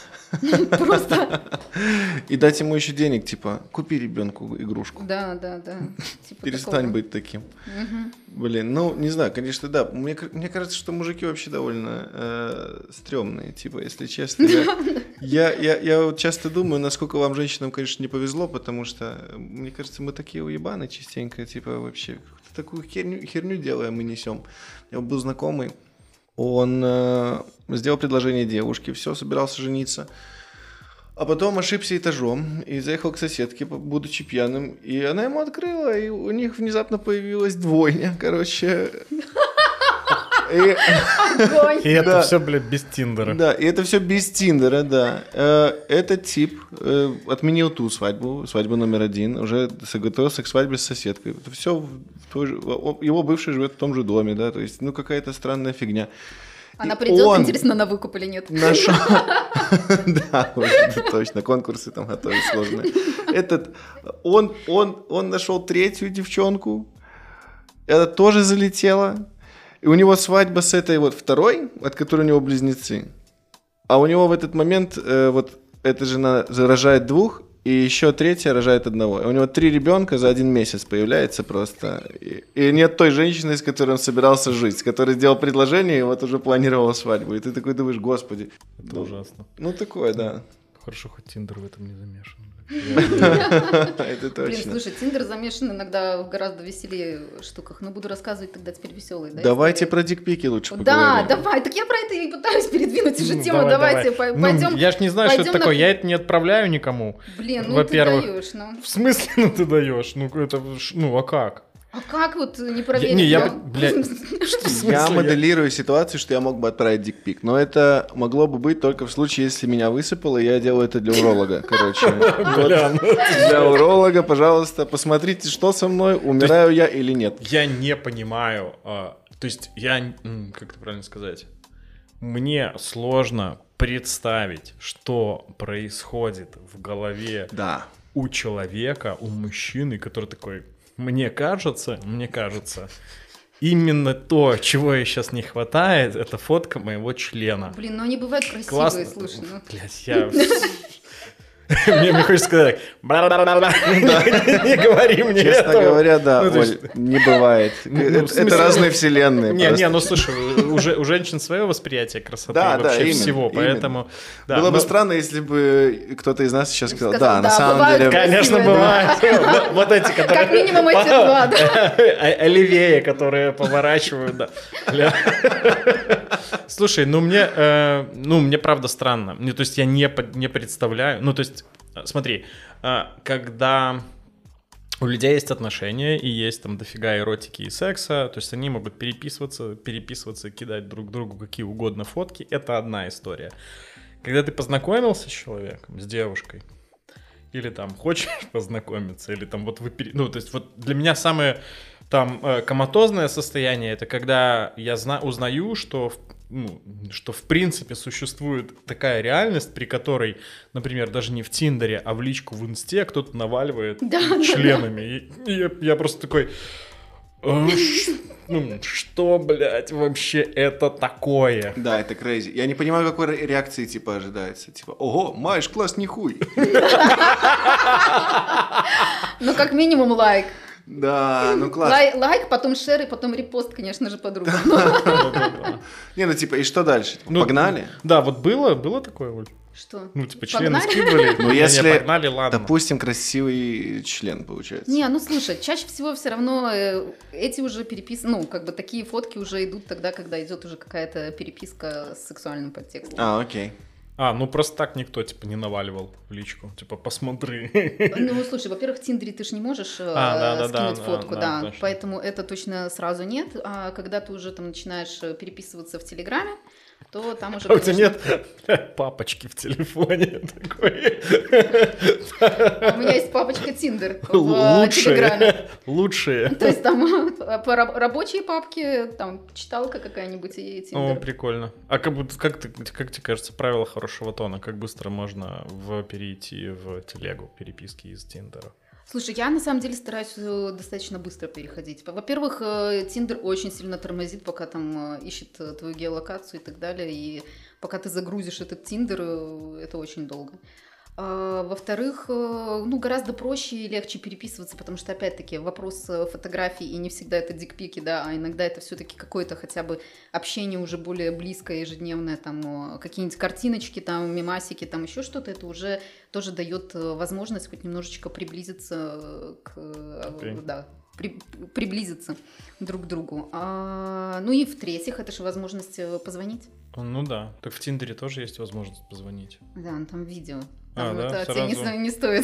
Просто. И дать ему еще денег, типа, купи ребенку игрушку. Да, да, да. Типа Перестань такого. быть таким. Мгм. Блин, ну, не знаю, конечно, да. Мне, ка- мне кажется, что мужики вообще довольно э, стрёмные, типа, если честно. Я, я, я, я вот часто думаю, насколько вам, женщинам, конечно, не повезло, потому что, э, мне кажется, мы такие уебаны частенько, типа, вообще, какую-то такую херню, херню делаем, мы несем. Я был знакомый, он э, сделал предложение девушке, все, собирался жениться. А потом ошибся этажом и заехал к соседке, будучи пьяным. И она ему открыла, и у них внезапно появилась двойня, короче. И- Огонь. И это Да. все, блядь, без Тиндера. Да, и это все без Тиндера, да. Э, Этот тип э, отменил ту свадьбу, свадьбу номер один, уже готовился к свадьбе с соседкой. Это все, его бывший живет в том же доме, да, то есть, ну, какая-то странная фигня. Она придет, интересно, на выкуп или нет? Нашел... Да, точно, конкурсы там готовить сложные. Этот, он, он, он нашел третью девчонку, это тоже залетело, и у него свадьба с этой вот второй, от которой у него близнецы, а у него в этот момент э, вот эта жена рожает двух, и еще третья рожает одного. У него три ребенка за один месяц появляется просто. И, и нет той женщины, с которой он собирался жить, с которой сделал предложение и вот уже планировал свадьбу. И ты такой думаешь, господи. Это ну, ужасно. Ну, такое, да. Хорошо, хоть Тиндер в этом не замешан. Это точно. Блин, слушай, Тиндер замешан иногда в гораздо веселее штуках. Но буду рассказывать тогда теперь веселые, да? Давайте про дикпики лучше Да, поговорим. давай. Так я про это и пытаюсь передвинуть уже Ну, тему. давай, Давайте давай. пойдем. Ну, я ж не знаю, что это пойдем такое. на- Я это не отправляю никому. Блин, ну Во-первых, ты даешь, ну. В смысле, ну ты даешь? Ну это, ж- ну а как? А как вот не Я- проверить? не, я, да? бы- блядь, что в смысле? Я Я- моделирую ситуацию, что я мог бы отправить дикпик, но это могло бы быть только в случае, если меня высыпало, и я делаю это для уролога, короче. Бля, ну это- Для уролога, пожалуйста, посмотрите, что со мной, умираю я или нет. Я не понимаю, а, то есть я, м, как это правильно сказать, мне сложно представить, что происходит в голове Да. у человека, у мужчины, который такой, мне кажется, мне кажется, именно то, чего ей сейчас не хватает, это фотка моего члена. Блин, ну они бывают красивые, Классно. слушай. Ну. Блядь, я... Мне мне хочется сказать, «Бла-бла-бла-бла». не говори мне Честно этого. говоря, да, Ну, то Оль, есть- не бывает. Ну, Это в смысле- это разные вселенные. Не, просто. не, ну слушай, у, же- у женщин свое восприятие красоты Да, и да, вообще именно, всего, именно. поэтому... да, Было бы но- странно, если бы кто-то из нас сейчас сказал, Сказал, да, да, на самом бывают деле... красивые. Конечно, Красивые, бывает. Вот- Вот эти, которые... Как минимум эти два, да. О- Оливея, которые поворачивают, да. Бля. Слушай, ну мне, э, ну мне правда странно. Ну, то есть я не, под- не представляю. Ну, то есть, э, смотри, э, когда у людей есть отношения и есть там дофига эротики и секса, то есть они могут переписываться, переписываться, кидать друг другу какие угодно фотки. Это одна история. Когда ты познакомился с человеком, с девушкой, или там хочешь познакомиться, или там вот вы... пере- Ну, то есть вот для меня самое там э, коматозное состояние — это когда я зна- узнаю, что, в- ну, что в принципе существует такая реальность, при которой, например, даже не в Тиндере, а в личку в Инсте кто-то наваливает Да, да, членами. И, и я, я просто такой... «Э, ш- ну, что, блядь, вообще это такое? Да, это crazy. Я не понимаю, какой ре- реакции типа ожидается. Типа, ого, маешь классный хуй. Ну, как минимум лайк. Да, ну класс. Лай- Лайк, потом шер и потом репост, конечно же, подруга. Не, ну типа, и что дальше? Типа, Ну, Погнали? Да, вот было, было такое, Оль? Что? Ну, типа, члены Погнали? скидывали. Ну, не, не, если, погнали, ладно. допустим, красивый член получается. Не, ну слушай, чаще всего все равно э, эти уже переписки, ну, как бы такие фотки уже идут тогда, когда идет уже какая-то переписка с сексуальным подтекстом. А, окей. А, ну просто так никто, типа, не наваливал в личку. Типа, посмотри. Ну, слушай, во-первых, в Тиндере ты же не можешь э, А, да, да, скинуть да, фотку, да, да, да, точно. поэтому это точно сразу нет. А когда ты уже там начинаешь э, переписываться в Телеграме, то там уже, А у тебя конечно, нет блядь, папочки в телефоне такой? у меня есть папочка Тиндер в э, Телеграме. Лучшие. Лучшие. То есть там э, по раб- рабочие папки, там читалка какая-нибудь и О, Тиндер. прикольно. А как, будто- как, ты, как тебе кажется, правило хорошего тона? Как быстро можно в, перейти в телегу переписки из Тиндера? Слушай, я на самом деле стараюсь э, достаточно быстро переходить. Во-первых, э, Тиндер очень сильно тормозит, пока там э, ищет э, твою геолокацию и так далее, и пока ты загрузишь этот Тиндер, э, это очень долго. А, во-вторых, э, ну, гораздо проще и легче переписываться, потому что, опять-таки, вопрос э, фотографий, и не всегда это дикпики, да, а иногда это все-таки какое-то хотя бы общение уже более близкое, ежедневное, там, э, какие-нибудь картиночки, там, мемасики, там, еще что-то, это уже тоже дает э, возможность хоть немножечко приблизиться э, к, э, Окей. да, при- приблизиться друг к другу. А, ну и в-третьих, это же возможность э, позвонить. Ну да. Так в Тиндере тоже есть возможность позвонить. Да, ну, там видео. А, Там да, это тебе не, сразу? не стоит.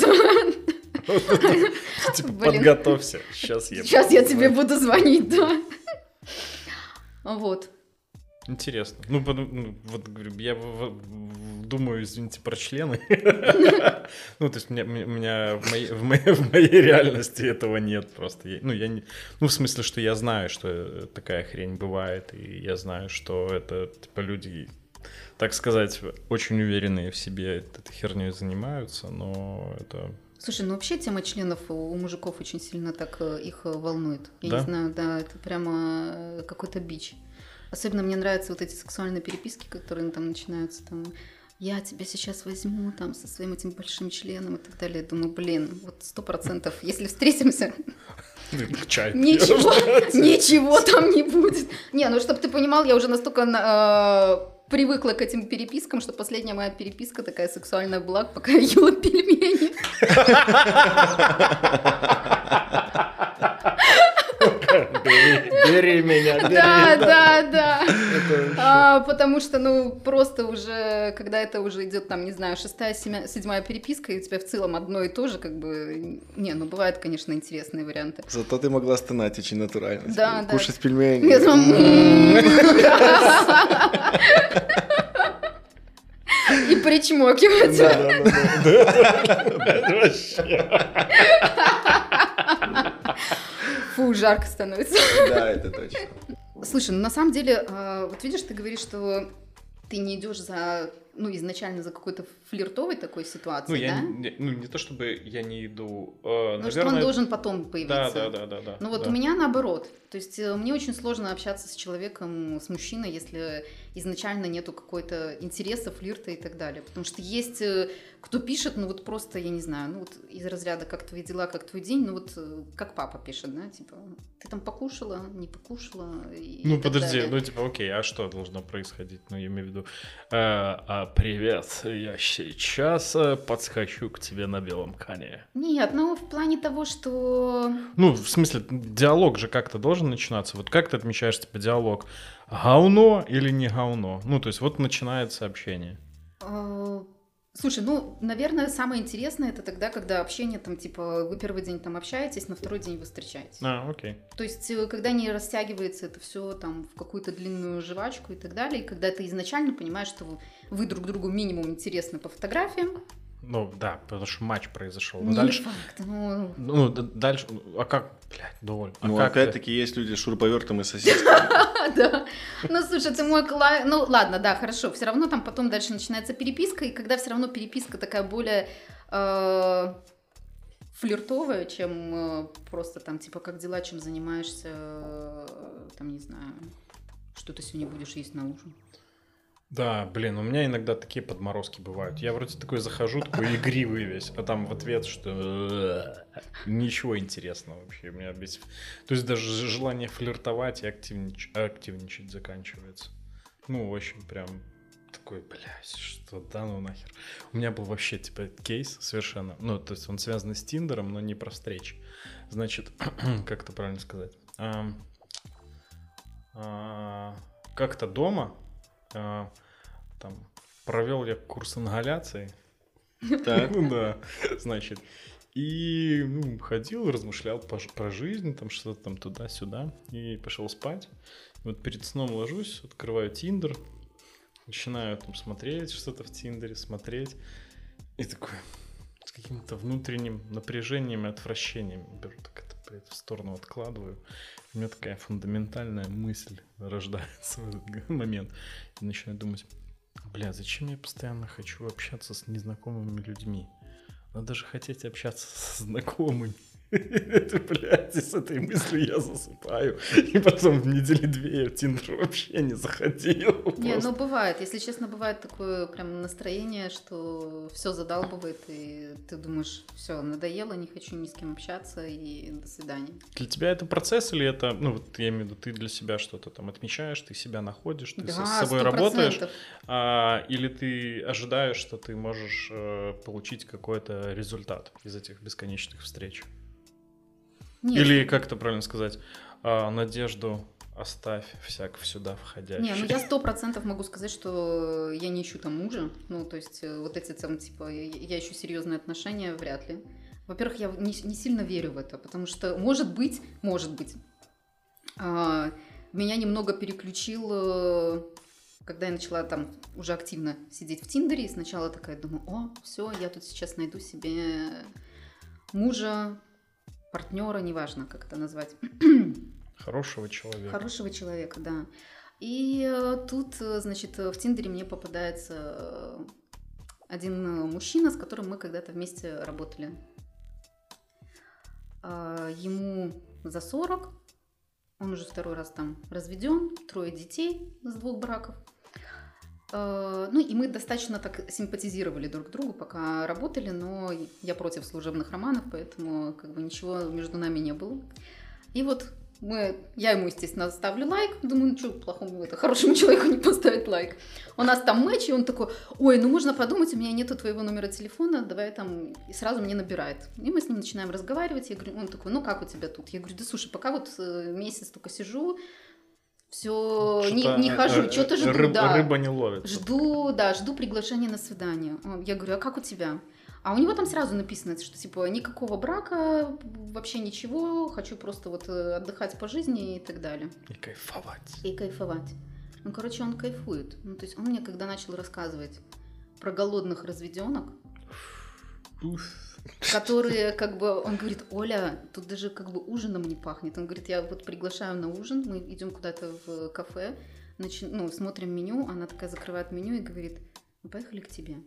Типа, Блин. подготовься. Сейчас я Сейчас буду я тебе звонить. буду звонить, да. Вот. Интересно. Ну, потому- ну, вот говорю, я в- в- думаю, извините, про члены. Ну, то есть у меня в моей реальности этого нет просто. Ну, я не... Ну, в смысле, что я знаю, что такая хрень бывает, и я знаю, что это, типа, люди, так сказать, очень уверенные в себе этой херней занимаются, но это... Слушай, ну вообще тема членов у мужиков очень сильно так их волнует. Я да? не знаю, да, это прямо какой-то бич. Особенно мне нравятся вот эти сексуальные переписки, которые там начинаются, там, я тебя сейчас возьму там со своим этим большим членом и так далее. Я думаю, блин, вот сто процентов, если встретимся, ничего, ничего там не будет. Не, ну чтобы ты понимал, я уже настолько привыкла к этим перепискам, что последняя моя переписка такая сексуальная была, пока я ела пельмени. Бери, бери меня, бери. Да, да, да. А, потому что, ну, просто уже, когда это уже идет, там, не знаю, шестая, семя, седьмая переписка, и у тебя в целом одно и то же, как бы, не, ну, бывают, конечно, интересные варианты. Зато ты могла стонать очень натурально. Да, да. Кушать пельмени. И причмокивать. Да, да, да. Фу, жарко становится. Да, это точно. Слушай, ну на самом деле, вот видишь, ты говоришь, что ты не идешь за, ну, изначально за какой-то флиртовой такой ситуацией, ну, да? Я, не, ну, не то чтобы я не иду, э, ну, наверное... что он должен потом появиться. Да, да, да, да, да. Ну, вот да. у меня наоборот. То есть мне очень сложно общаться с человеком, с мужчиной, если изначально нету какой-то интереса, флирта и так далее. Потому что есть кто пишет, ну, вот просто, я не знаю, ну, вот из разряда «как твои дела, как твой день», ну, вот как папа пишет, да, типа «ты там покушала, не покушала?» и Ну, и подожди, ну, типа, окей, а что должно происходить? Ну, я имею в виду, а, а, привет, я сейчас подскочу к тебе на белом коне. Нет, ну, в плане того, что... Ну, в смысле, диалог же как-то должен начинаться. Вот как ты отмечаешь, типа, диалог? Говно или не говно? Ну, то есть вот начинается общение. Слушай, ну, наверное, самое интересное это тогда, когда общение там, типа, вы первый день там общаетесь, на второй день вы встречаетесь. А, окей. То есть, когда не растягивается это все там в какую-то длинную жвачку и так далее, и когда ты изначально понимаешь, что вы, вы друг другу минимум интересны по фотографиям. Ну, да, потому что матч произошел. Не дальше... факт, ну... Ну, дальше... А как... Блядь, довольно. А ну, как опять-таки, есть люди с шуруповертом и сосисками. Да. Ну, слушай, ты мой клай... Ну, ладно, да, хорошо. Все равно там потом дальше начинается переписка, и когда все равно переписка такая более флиртовая, чем просто там, типа, как дела, чем занимаешься, там, не знаю, что ты сегодня будешь есть на ужин. Да, блин, у меня иногда такие подморозки бывают. Я вроде такой захожу, такой игривый весь, а там в ответ, что ничего интересного вообще. У меня весь... То есть даже желание флиртовать и активнич... активничать заканчивается. Ну, очень прям такой, блядь, что да ну нахер. У меня был вообще, типа, кейс совершенно, ну, то есть он связан с Тиндером, но не про встречи. Значит, как это правильно сказать? А, а, как-то дома А, там провел я курс ингаляции. Так. Ну да, значит. И ну, ходил, размышлял по, про жизнь, там что-то там туда-сюда. И пошел спать. Вот перед сном ложусь, открываю Тиндер, начинаю там смотреть что-то в Тиндере, смотреть. И такой с каким-то внутренним напряжением и отвращением беру так это, блядь, в сторону откладываю. У меня такая фундаментальная мысль рождается в этот момент. И начинаю думать, бля, зачем я постоянно хочу общаться с незнакомыми людьми? Надо же хотеть общаться со знакомыми. Это, блядь, с этой мыслью я засыпаю. И потом в недели две я в Тиндер вообще не заходил. Не, ну бывает, если честно, бывает такое прям настроение, что все задалбывает, и ты думаешь, все, надоело, не хочу ни с кем общаться, и до свидания. Для тебя это процесс или это, ну, вот я имею в виду, ты для себя что-то там отмечаешь, ты себя находишь, ты да, с собой сто процентов. работаешь, а, или ты ожидаешь, что ты можешь э, получить какой-то результат из этих бесконечных встреч? Нет. Или, как это правильно сказать, а, надежду оставь всяк сюда входящий. Не, ну я сто процентов могу сказать, что я не ищу там мужа. Ну, то есть вот эти там, типа, я ищу серьезные отношения, вряд ли. Во-первых, я не, не сильно верю в это, потому что, может быть, может быть, а, меня немного переключил когда я начала там уже активно сидеть в Тиндере, сначала такая думаю, о, все, я тут сейчас найду себе мужа, партнера, неважно, как это назвать. Хорошего человека. Хорошего человека, да. И тут, значит, в Тиндере мне попадается один мужчина, с которым мы когда-то вместе работали. Ему за сорок, он уже второй раз там разведен, трое детей с двух браков. Ну и мы достаточно так симпатизировали друг другу, пока работали, но я против служебных романов, поэтому как бы ничего между нами не было. И вот мы, я ему, естественно, ставлю лайк, думаю, ну что плохому, это хорошему человеку не поставить лайк. У нас там матч, и он такой, ой, ну можно подумать, у меня нету твоего номера телефона, давай там, и сразу мне набирает. И мы с ним начинаем разговаривать, я говорю, он такой, ну как у тебя тут? Я говорю, да слушай, пока вот месяц только сижу, все не, не хожу, что-то жду, рыб, да. Рыба не ловится. Жду, да, жду приглашения на свидание. Я говорю, а как у тебя? А у него там сразу написано, что типа никакого брака, вообще ничего, хочу просто вот отдыхать по жизни и так далее. И кайфовать. И кайфовать. Ну, короче, он кайфует. Ну, то есть он мне когда начал рассказывать про голодных разведенок, которые как бы, он говорит, Оля, тут даже как бы ужином не пахнет. Он говорит, я вот приглашаю на ужин, мы идем куда-то в кафе, начи- ну, смотрим меню, она такая закрывает меню и говорит, ну, поехали к тебе.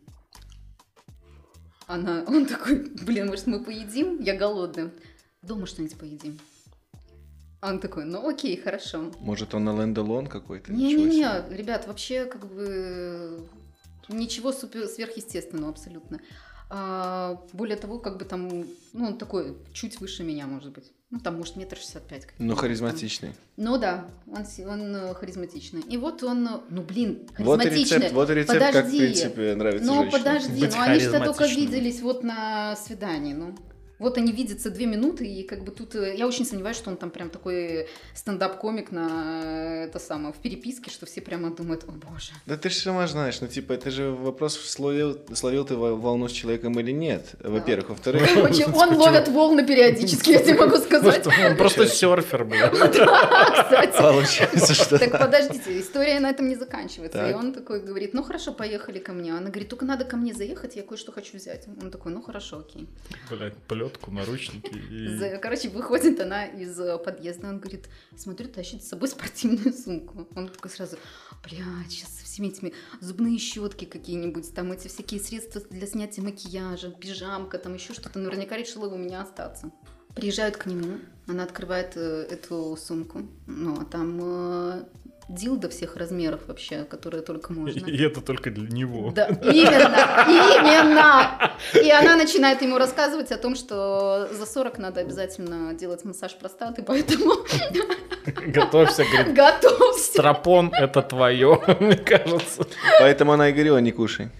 Она, он такой, блин, может, мы поедим? Я голодная. Дома что-нибудь поедим. Он такой, ну окей, хорошо. Может, он на ленд-алон какой-то? Не-не-не, ребят, вообще как бы ничего супер сверхъестественного абсолютно. А, более того, как бы там, ну, он такой чуть выше меня, может быть. Ну, там, может, метр шестьдесят пять. Ну, харизматичный. Ну, да, он, он харизматичный. И вот он, ну, блин, харизматичный. Вот и рецепт, вот и рецепт, подожди. как, в принципе, нравится Ну, женщине. подожди, Быть ну, они что только харизматичным. виделись вот на свидании, ну. Вот они видятся две минуты, и как бы тут... Я очень сомневаюсь, что он там прям такой стендап-комик на это самое, в переписке, что все прямо думают, о боже. Да ты же сама знаешь, ну типа это же вопрос, словил, словил ты волну с человеком или нет, во-первых. Во-вторых... Короче, он ловит волны периодически, я тебе могу сказать. Он просто серфер, блядь. Да, кстати. Получается, что... Так подождите, история на этом не заканчивается. Так. И он такой говорит, ну хорошо, поехали ко мне. Она говорит, только надо ко мне заехать, я кое-что хочу взять. Он такой, ну хорошо, окей. Блядь, плетку, наручники и... За- Короче, выходит она из э, подъезда, он говорит, смотрю, тащит с собой спортивную сумку. Он такой сразу, блядь, сейчас со всеми этими зубные щетки какие-нибудь, там эти всякие средства для снятия макияжа, пижамка, там еще что-то. Наверняка решила у меня остаться. Приезжают к нему, она открывает э, эту сумку, ну, а там э, дилдо всех размеров вообще, которые только можно. И это только для него. Да, именно, именно. И она начинает ему рассказывать о том, что за сорок надо обязательно делать массаж простаты, поэтому Готовься, говорит, готовься. стропон это твое, мне кажется. Поэтому она и говорила, не кушай.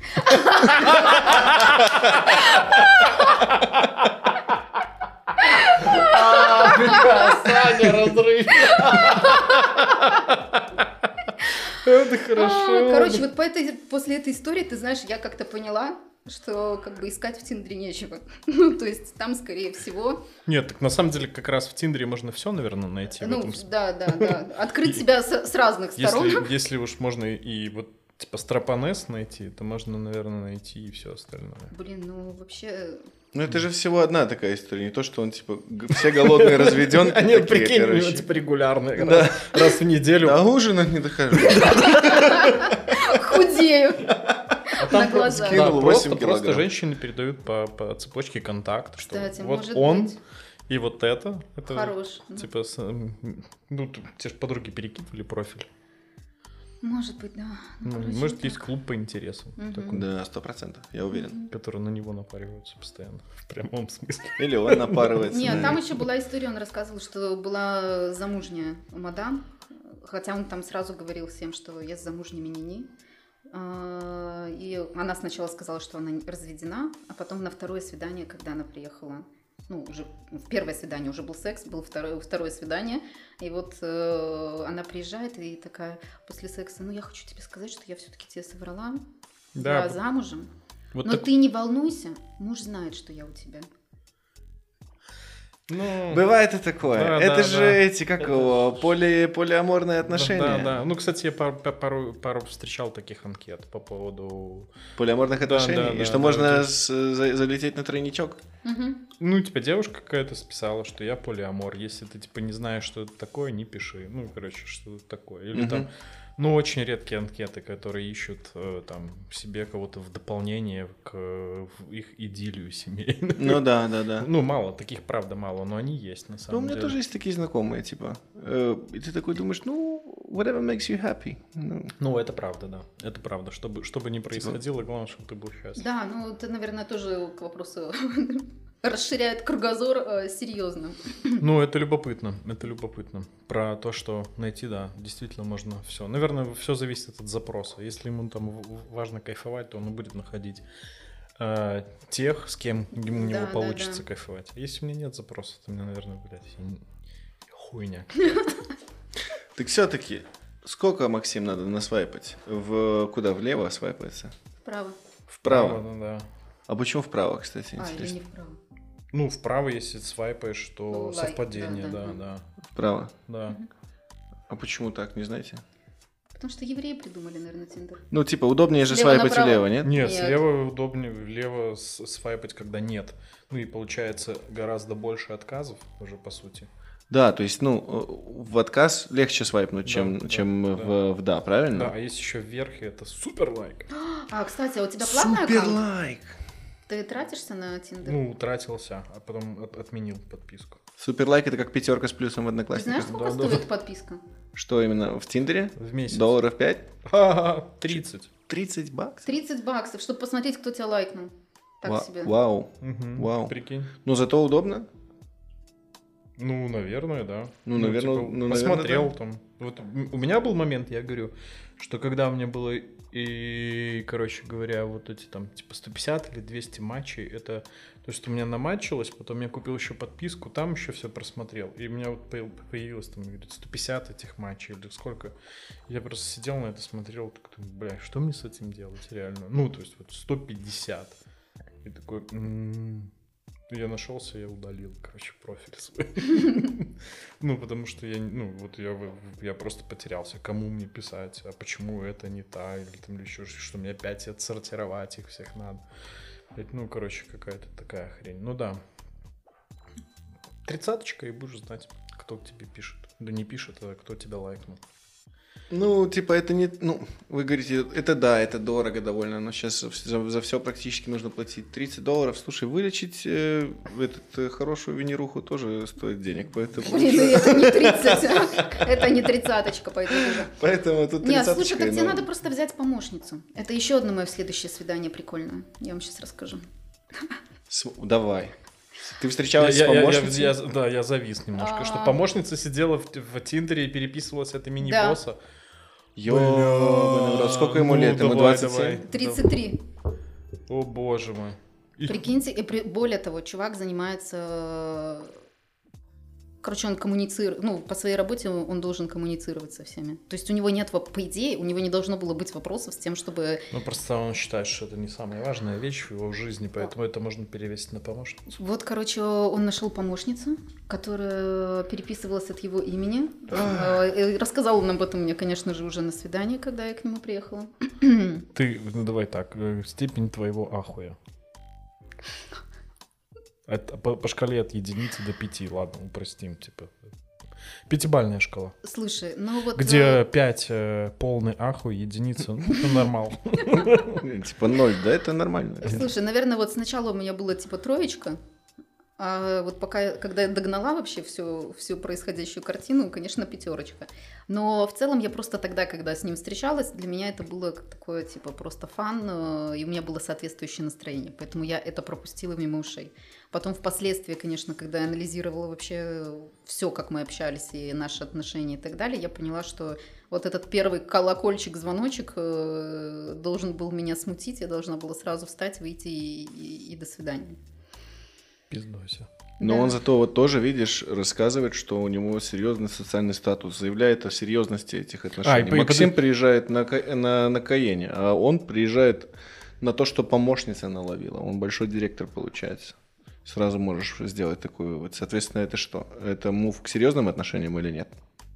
Саня, разрыв. Это хорошо. Короче, вот по этой, после этой истории, ты знаешь, я как-то поняла, что как бы искать в Тиндере нечего. Ну, то есть там, скорее всего... Нет, так на самом деле как раз в Тиндере можно все, наверное, найти. Ну, в этом... да, да, да. Открыть себя с, с разных сторон. Если, если уж можно и вот типа стропонес найти, то можно, наверное, найти и все остальное. Блин, ну вообще... Ну это же всего одна такая история, не то, что он типа г- все голодные разведенки Они, такие, прикинь, у него короче. типа регулярные, Да. раз, раз в неделю. До ужина не дохожу. Худею А на там глаза. просто, Скинул да, восемь просто, просто килограмм. женщины передают по, по цепочке контакт, что Кстати, вот может он быть. и вот это. это Хорош. Типа, с- м, ну, т- те же подруги перекидывали профиль. Может быть, да. Ну, Ну, короче, может, вот есть так. клуб по интересам, Мгм. такой, Да, сто процентов, я уверен. который на него напариваются постоянно, в прямом смысле. Или он напарывается. Нет, на- там еще была история, он рассказывал, что была замужняя мадам, хотя он там сразу говорил всем, что я с замужними ни-ни. А, И она сначала сказала, что она разведена, а потом на второе свидание, когда она приехала, ну, уже в первое свидание уже был секс, было второе, второе свидание, и вот э, она приезжает и такая после секса, ну, я хочу тебе сказать, что я все-таки тебе соврала, Да, я замужем, вот но так- ты не волнуйся, муж знает, что я у тебя. Ну, Бывает и такое. да, это да, же да. эти, как его, поли, полиаморные отношения. Да, да. Ну, кстати, я пару, пару, пару встречал таких анкет по поводу... Полиаморных Да, отношений? да, И да, что да, можно да. с- за- залететь на тройничок? Мгм. Ну, типа, девушка какая-то списала, что я полиамор. Если ты, типа, не знаешь, что это такое, не пиши. Ну, короче, что это такое. Или Мгм. там, ну, очень редкие анкеты, которые ищут э, там себе кого-то в дополнение к э, в их идиллию семейную. Ну да, да, да. Ну, мало, таких, правда, мало, но они есть, на Ну, у самом меня деле. тоже есть такие знакомые, типа. э, И ты такой думаешь, ну, whatever makes you happy. Ну, Ну, это правда, да. Это правда. Чтобы, чтобы Типа не происходило, главное, чтобы ты был счастлив. Да, ну это, наверное, тоже к вопросу расширяет кругозор э, серьезно. Ну, это любопытно, это любопытно. Про то, что найти, да, действительно можно все. Наверное, все зависит от запроса. Если ему там в- в- важно кайфовать, то он будет находить э, тех, с кем ему у него Да, да, получится да. кайфовать. Если у меня нет запроса, то мне, наверное, блядь, я не- хуйня. Так все-таки, сколько, Максим, надо насвайпать? В куда? Влево свайпается? Вправо. Вправо? Ну, да. А почему вправо, кстати, А, или интересно? не вправо. Ну, вправо, если свайпаешь, то Ну, лайк, совпадение, да, да, да. да, Вправо. да. А почему так, не знаете? Потому что евреи придумали, наверное, Тиндер. Ну, типа, удобнее же Слева свайпать направо. влево, нет? Нет, Нет. слева удобнее, влево с- свайпать, когда нет. Ну и получается гораздо больше отказов уже, по сути. Да, то есть, ну, в отказ легче свайпнуть, Да, чем, да, чем да. В, в да, правильно? Да, а есть еще вверх, и это супер лайк. А, кстати, а у тебя платный Супер аккаунт? лайк! Ты тратишься на Тиндер? Ну, утратился, а потом от- отменил подписку. Супер лайк это как пятерка с плюсом в Ты Одноклассниках. знаешь, сколько Да, да. стоит подписка? Что именно, в Тиндере? В месяц. Долларов пять? Ха-ха, тридцать. тридцать баксов? тридцать баксов, чтобы посмотреть, кто тебя лайкнул. Так Ва- себе. Вау. Мгм, Вау. Прикинь. Ну, зато удобно. Ну, наверное, да. Ну, наверное, типа, ну, наверное, посмотрел да. там. Вот м- у меня был момент, я говорю, что когда у меня было и, короче говоря, вот эти там типа сто пятьдесят или двести матчей, это то, что у меня наматчилось, потом я купил еще подписку, там еще все просмотрел. И у меня вот появ- появилось там, говорит, сто пятьдесят этих матчей или сколько. Я просто сидел на это, смотрел, так думаю, бля, что мне с этим делать реально? Ну, то есть вот сто пятьдесят. И такой... м-м. Я нашелся, я удалил, короче, профиль свой. Ну, потому что я, ну, вот я, в- я просто потерялся, кому мне писать, а почему это не та, или там или еще что, мне опять отсортировать их всех надо. Блядь, ну, короче, какая-то такая хрень. Ну да. Тридцаточка, и будешь знать, кто к тебе пишет. Да не пишет, а кто тебя лайкнул. Ну, типа, это не... Ну, вы говорите, это да, это дорого довольно, но сейчас за, за все практически нужно платить тридцать долларов. Слушай, вылечить э, этот, э, хорошую винируху тоже стоит денег, поэтому... Блин, ну это не тридцать. Это не тридцаточка, поэтому уже. Поэтому тут Нет, слушай, тридцаточка, так тебе но- надо просто взять помощницу. Это еще одно мое следующее свидание прикольное. Я вам сейчас расскажу. С- Давай. Ты встречалась Я- с я- я- помощницей? я- Да, я завис немножко, что А. помощница сидела в, в Тиндере и переписывалась с этой мини-босса. Ёбаный в рот. Сколько ему Ну, лет? Ему давай, двадцать давай. семь? тридцать три. О, боже мой. И- Прикиньте, и при- более того, чувак занимается... Короче, он коммуницирует, ну, по своей работе он должен коммуницировать со всеми. То есть у него нет, воп- по идее, у него не должно было быть вопросов с тем, чтобы... Ну, просто он считает, что это не самая важная вещь в его жизни, поэтому это можно перевесить на помощницу. Вот, короче, он нашел помощницу, которая переписывалась от его имени. Э, и Рассказал он об этом мне, конечно же, уже на свидании, когда я к нему приехала. Ты, ну давай так, э, степень твоего ахуя. Это по, по шкале от единицы до пяти, ладно, упростим, типа. Пятибалльная шкала. Слушай, ну вот... Где э, пять э, полный ахуй, единица, ну, это нормал. Типа ноль, да, это нормально. Слушай, наверное, вот сначала у меня было типа троечка, а вот пока, я- когда я догнала вообще всю, всю происходящую картину, конечно, пятерочка. Но в целом я просто тогда, когда с ним встречалась, для меня это было как такое, типа, просто фан, э, и у меня было соответствующее настроение, поэтому я это пропустила мимо ушей. Потом впоследствии, конечно, когда я анализировала вообще все, как мы общались, и наши отношения и так далее, я поняла, что вот этот первый колокольчик, звоночек э, должен был меня смутить, я должна была сразу встать, выйти и, и- и до свидания. Пиздуйся. Но Да. он зато вот тоже, видишь, рассказывает, что у него серьезный социальный статус, заявляет о серьезности этих отношений. А, и по- и Максим подо- приезжает на, Ка- на, на Каене, а он приезжает на то, что помощница наловила. Он большой директор, получается. сразу можешь сделать такой вывод. Соответственно, это что? Это мув к серьезным отношениям или нет?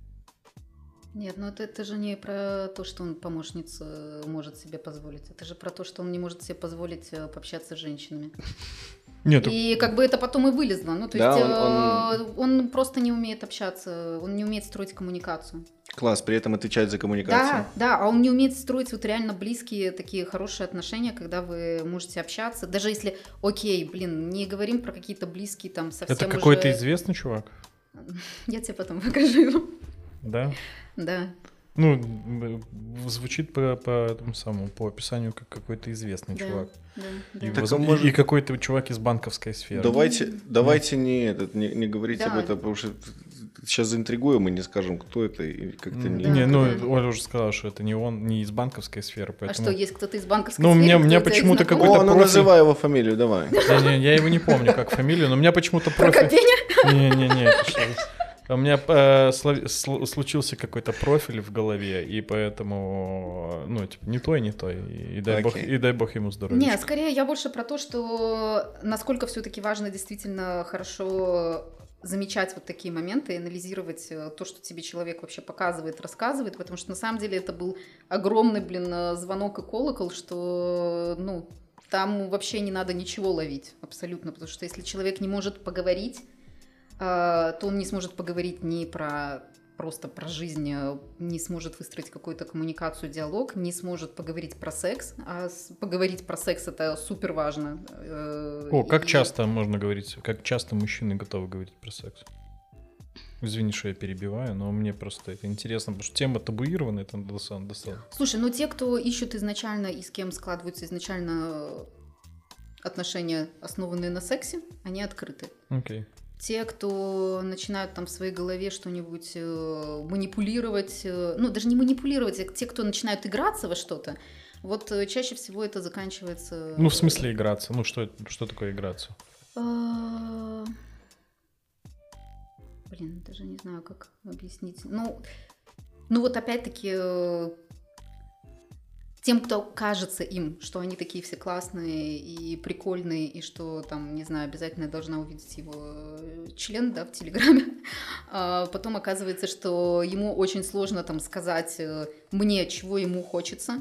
Нет, ну это, это же не про то, что он помощницу может себе позволить. Это же про то, что он не может себе позволить пообщаться с женщинами. Нет, и как бы это потом и вылезло. Ну, то да, есть он, он... он просто не умеет общаться, он не умеет строить коммуникацию. Класс, при этом отвечать за коммуникацию. Да, да, а он не умеет строить вот реально близкие такие хорошие отношения, когда вы можете общаться. Даже если, окей, блин, не говорим про какие-то близкие там совсем это какой-то уже... известный чувак? Я тебе потом покажу его. Да? Да. Ну, звучит по, по этому самому, по описанию как какой-то известный да, чувак. Да, и, да. воз... и, может... и какой-то чувак из банковской сферы. Давайте, давайте не, этот, не, не говорить да. об этом, потому что сейчас заинтригуем и не скажем, кто это. И как-то не... Да, не, ну, да. Оля уже сказала, что это не он, не из банковской сферы. Поэтому... А что, есть кто-то из банковской ну, сферы? Ну, у меня почему-то какой-то О, ну профиль... называй его фамилию, давай. Я, не, я его не помню как фамилию, но у меня почему-то профиль... Не-не-не, у меня э, сло, случился какой-то профиль в голове, и поэтому, ну, типа, не то и не то, и, и, дай, okay. бог, и дай бог ему здоровья. Не, скорее я больше про то, что насколько все-таки важно действительно хорошо замечать вот такие моменты и анализировать то, что тебе человек вообще показывает, рассказывает, потому что на самом деле это был огромный, блин, звонок и колокол, что, ну, там вообще не надо ничего ловить, абсолютно, потому что если человек не может поговорить, то он не сможет поговорить ни про просто про жизнь, не сможет выстроить какую-то коммуникацию, диалог, не сможет поговорить про секс, а поговорить про секс это супер важно. О, как И... часто можно говорить, как часто мужчины готовы говорить про секс? Извини, что я перебиваю, но мне просто это интересно, потому что тема табуирована, это достаточно. Слушай, ну те, кто ищут изначально и с кем складываются изначально отношения, основанные на сексе, они открыты. Окей. Okay. Те, кто начинают там в своей голове что-нибудь э, манипулировать, э, ну, даже не манипулировать, а те, кто начинают играться во что-то, вот э, чаще всего это заканчивается... Ну, в смысле играться? Ну, что, что такое играться? Блин, даже не знаю, как объяснить. Ну, ну вот опять-таки... Э, тем, кто кажется им, что они такие все классные и прикольные, и что там, не знаю, обязательно должна увидеть его член, да, в Телеграме. А потом оказывается, что ему очень сложно там сказать мне, чего ему хочется.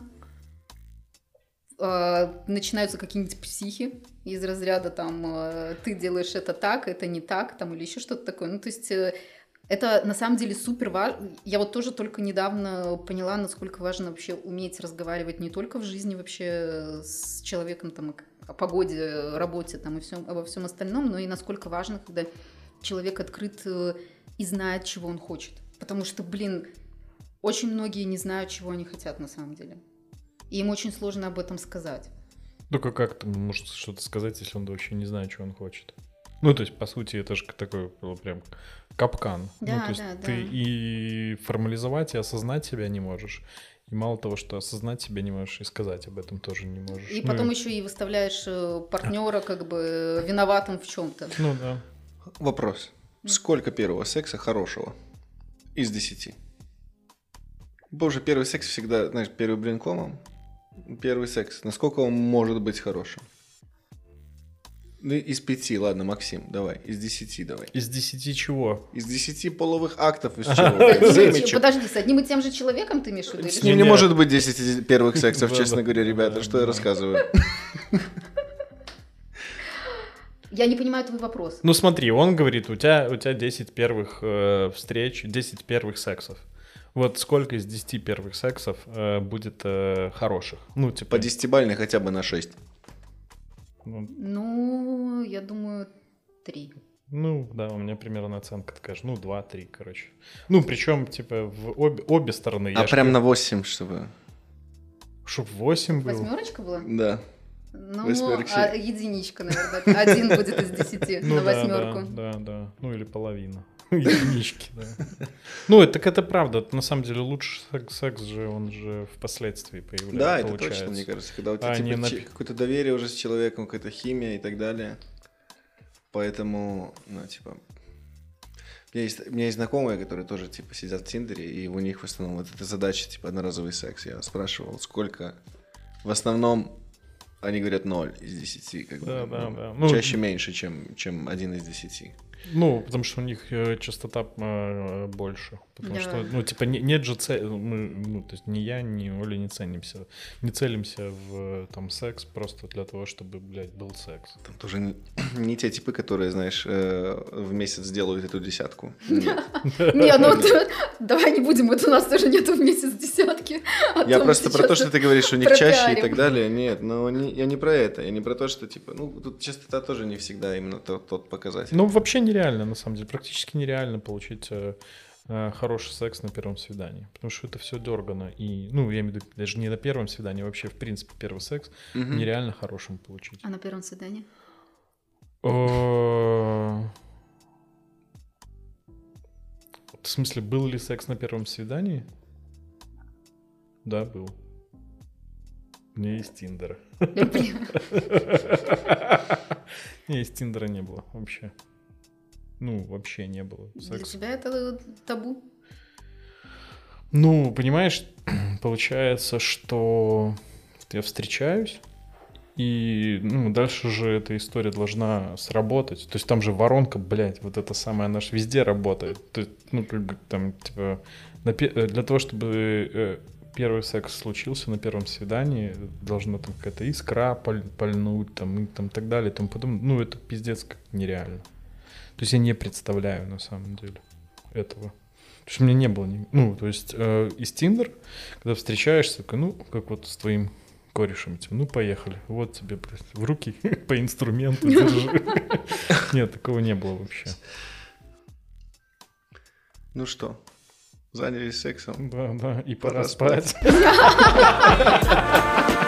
А начинаются какие-нибудь психи из разряда там ты делаешь это так, это не так, там или еще что-то такое. Ну, то есть... Это на самом деле супер важно. Я вот тоже только недавно поняла, насколько важно вообще уметь разговаривать не только в жизни вообще с человеком там, о погоде, работе там, и всем, обо всем остальном, но и насколько важно, когда человек открыт и знает, чего он хочет. Потому что, блин, очень многие не знают, чего они хотят на самом деле. И им очень сложно об этом сказать. Только как ты можешь что-то сказать, если он вообще не знает, чего он хочет? Ну, то есть, по сути, это же такой прям капкан. Да, ну, то есть да, ты да. и формализовать, и осознать себя не можешь. И мало того, что осознать себя не можешь, и сказать об этом тоже не можешь. И ну, потом и... еще и выставляешь партнера как бы виноватым в чем-то. Ну, да. Вопрос. Сколько первого секса хорошего из десяти? Боже, первый секс всегда, знаешь, первый блин комом. Первый секс. Насколько он может быть хорошим? Ну, из пяти, ладно, Максим, давай. Из десяти давай. Из десяти чего? Из десяти половых актов, из чего? Подожди, с одним и тем же человеком ты имеешь в виду? С ним не может быть десять первых сексов, честно говоря, ребята. Что я рассказываю? Я не понимаю твой вопрос. Ну смотри, он говорит, у тебя, у тебя десять первых э, встреч, десять первых сексов. Вот сколько из десяти первых сексов э, будет э, хороших? Ну, типа... По десятибалльной хотя бы на шесть. Ну, ну, я думаю, три. Ну, да, у меня примерно оценка такая же. Ну, два-три, короче. Ну, причем, типа, в обе, обе стороны. А прям на восемь, чтобы... Чтоб восемь было? Восьмерочка была? Да. Ну, а единичка, наверное. Один будет из десяти на восьмерку. Да, да, да. Ну, или половина. Единички, да. Ну, так это правда. На самом деле лучше секс же, он же впоследствии появляется. Да, это точно, мне кажется. Когда у тебя а типа, на... какое-то доверие уже с человеком, какая-то химия и так далее. Поэтому, ну, типа... У меня, есть, у меня есть знакомые, которые тоже, типа, сидят в Тиндере, и у них в основном вот эта задача, типа, одноразовый секс. Я спрашивал, сколько в основном они говорят ноль из десяти. Как да, бы, да, ну, да. Ну, чаще меньше, чем, чем один из десяти. Ну, потому что у них э, частота э, больше. Потому да. что, ну, типа, не, нет же цели. Мы, ну, то есть ни я, ни Оля не ценимся. Не целимся в там секс просто для того, чтобы, блядь, был секс. Там тоже не, не те типы, которые, знаешь, э, в месяц делают эту десятку. Нет. Не, ну давай не будем, это у нас тоже нету в месяц десятки. Я просто про то, что ты говоришь, что у них чаще и так далее. Нет, но я не про это. Я не про то, что, типа, ну, тут частота тоже не всегда именно тот показатель. Ну, вообще не нереально, на самом деле, практически нереально получить э, э, хороший секс на первом свидании, потому что это все дергано, и, ну, я имею в виду, даже не на первом свидании, вообще, в принципе, первый секс угу. нереально хорошим получить. А на первом свидании? В смысле, был ли секс на первом свидании? Да, был. Не из Тиндера. Не, из Тиндера не было вообще. Ну, вообще не было секса. Для тебя это табу? Ну, понимаешь, получается, что я встречаюсь, и ну, дальше же эта история должна сработать. То есть там же воронка, блядь, вот эта самая, она же везде работает. То есть, ну, как бы там, типа, для того, чтобы первый секс случился на первом свидании, должна там какая-то искра пальнуть, там, и там, так далее, и тому подобное. Ну, это пиздец как нереально. То есть я не представляю, на самом деле, этого. Потому что у меня не было... Ни... Ну, то есть э, из Tinder, когда встречаешься, такой, ну, как вот с твоим корешем, типа, ну, поехали. Вот тебе в руки по инструменту держи. Нет, такого не было вообще. Ну что, занялись сексом? Да, да, и пора спать.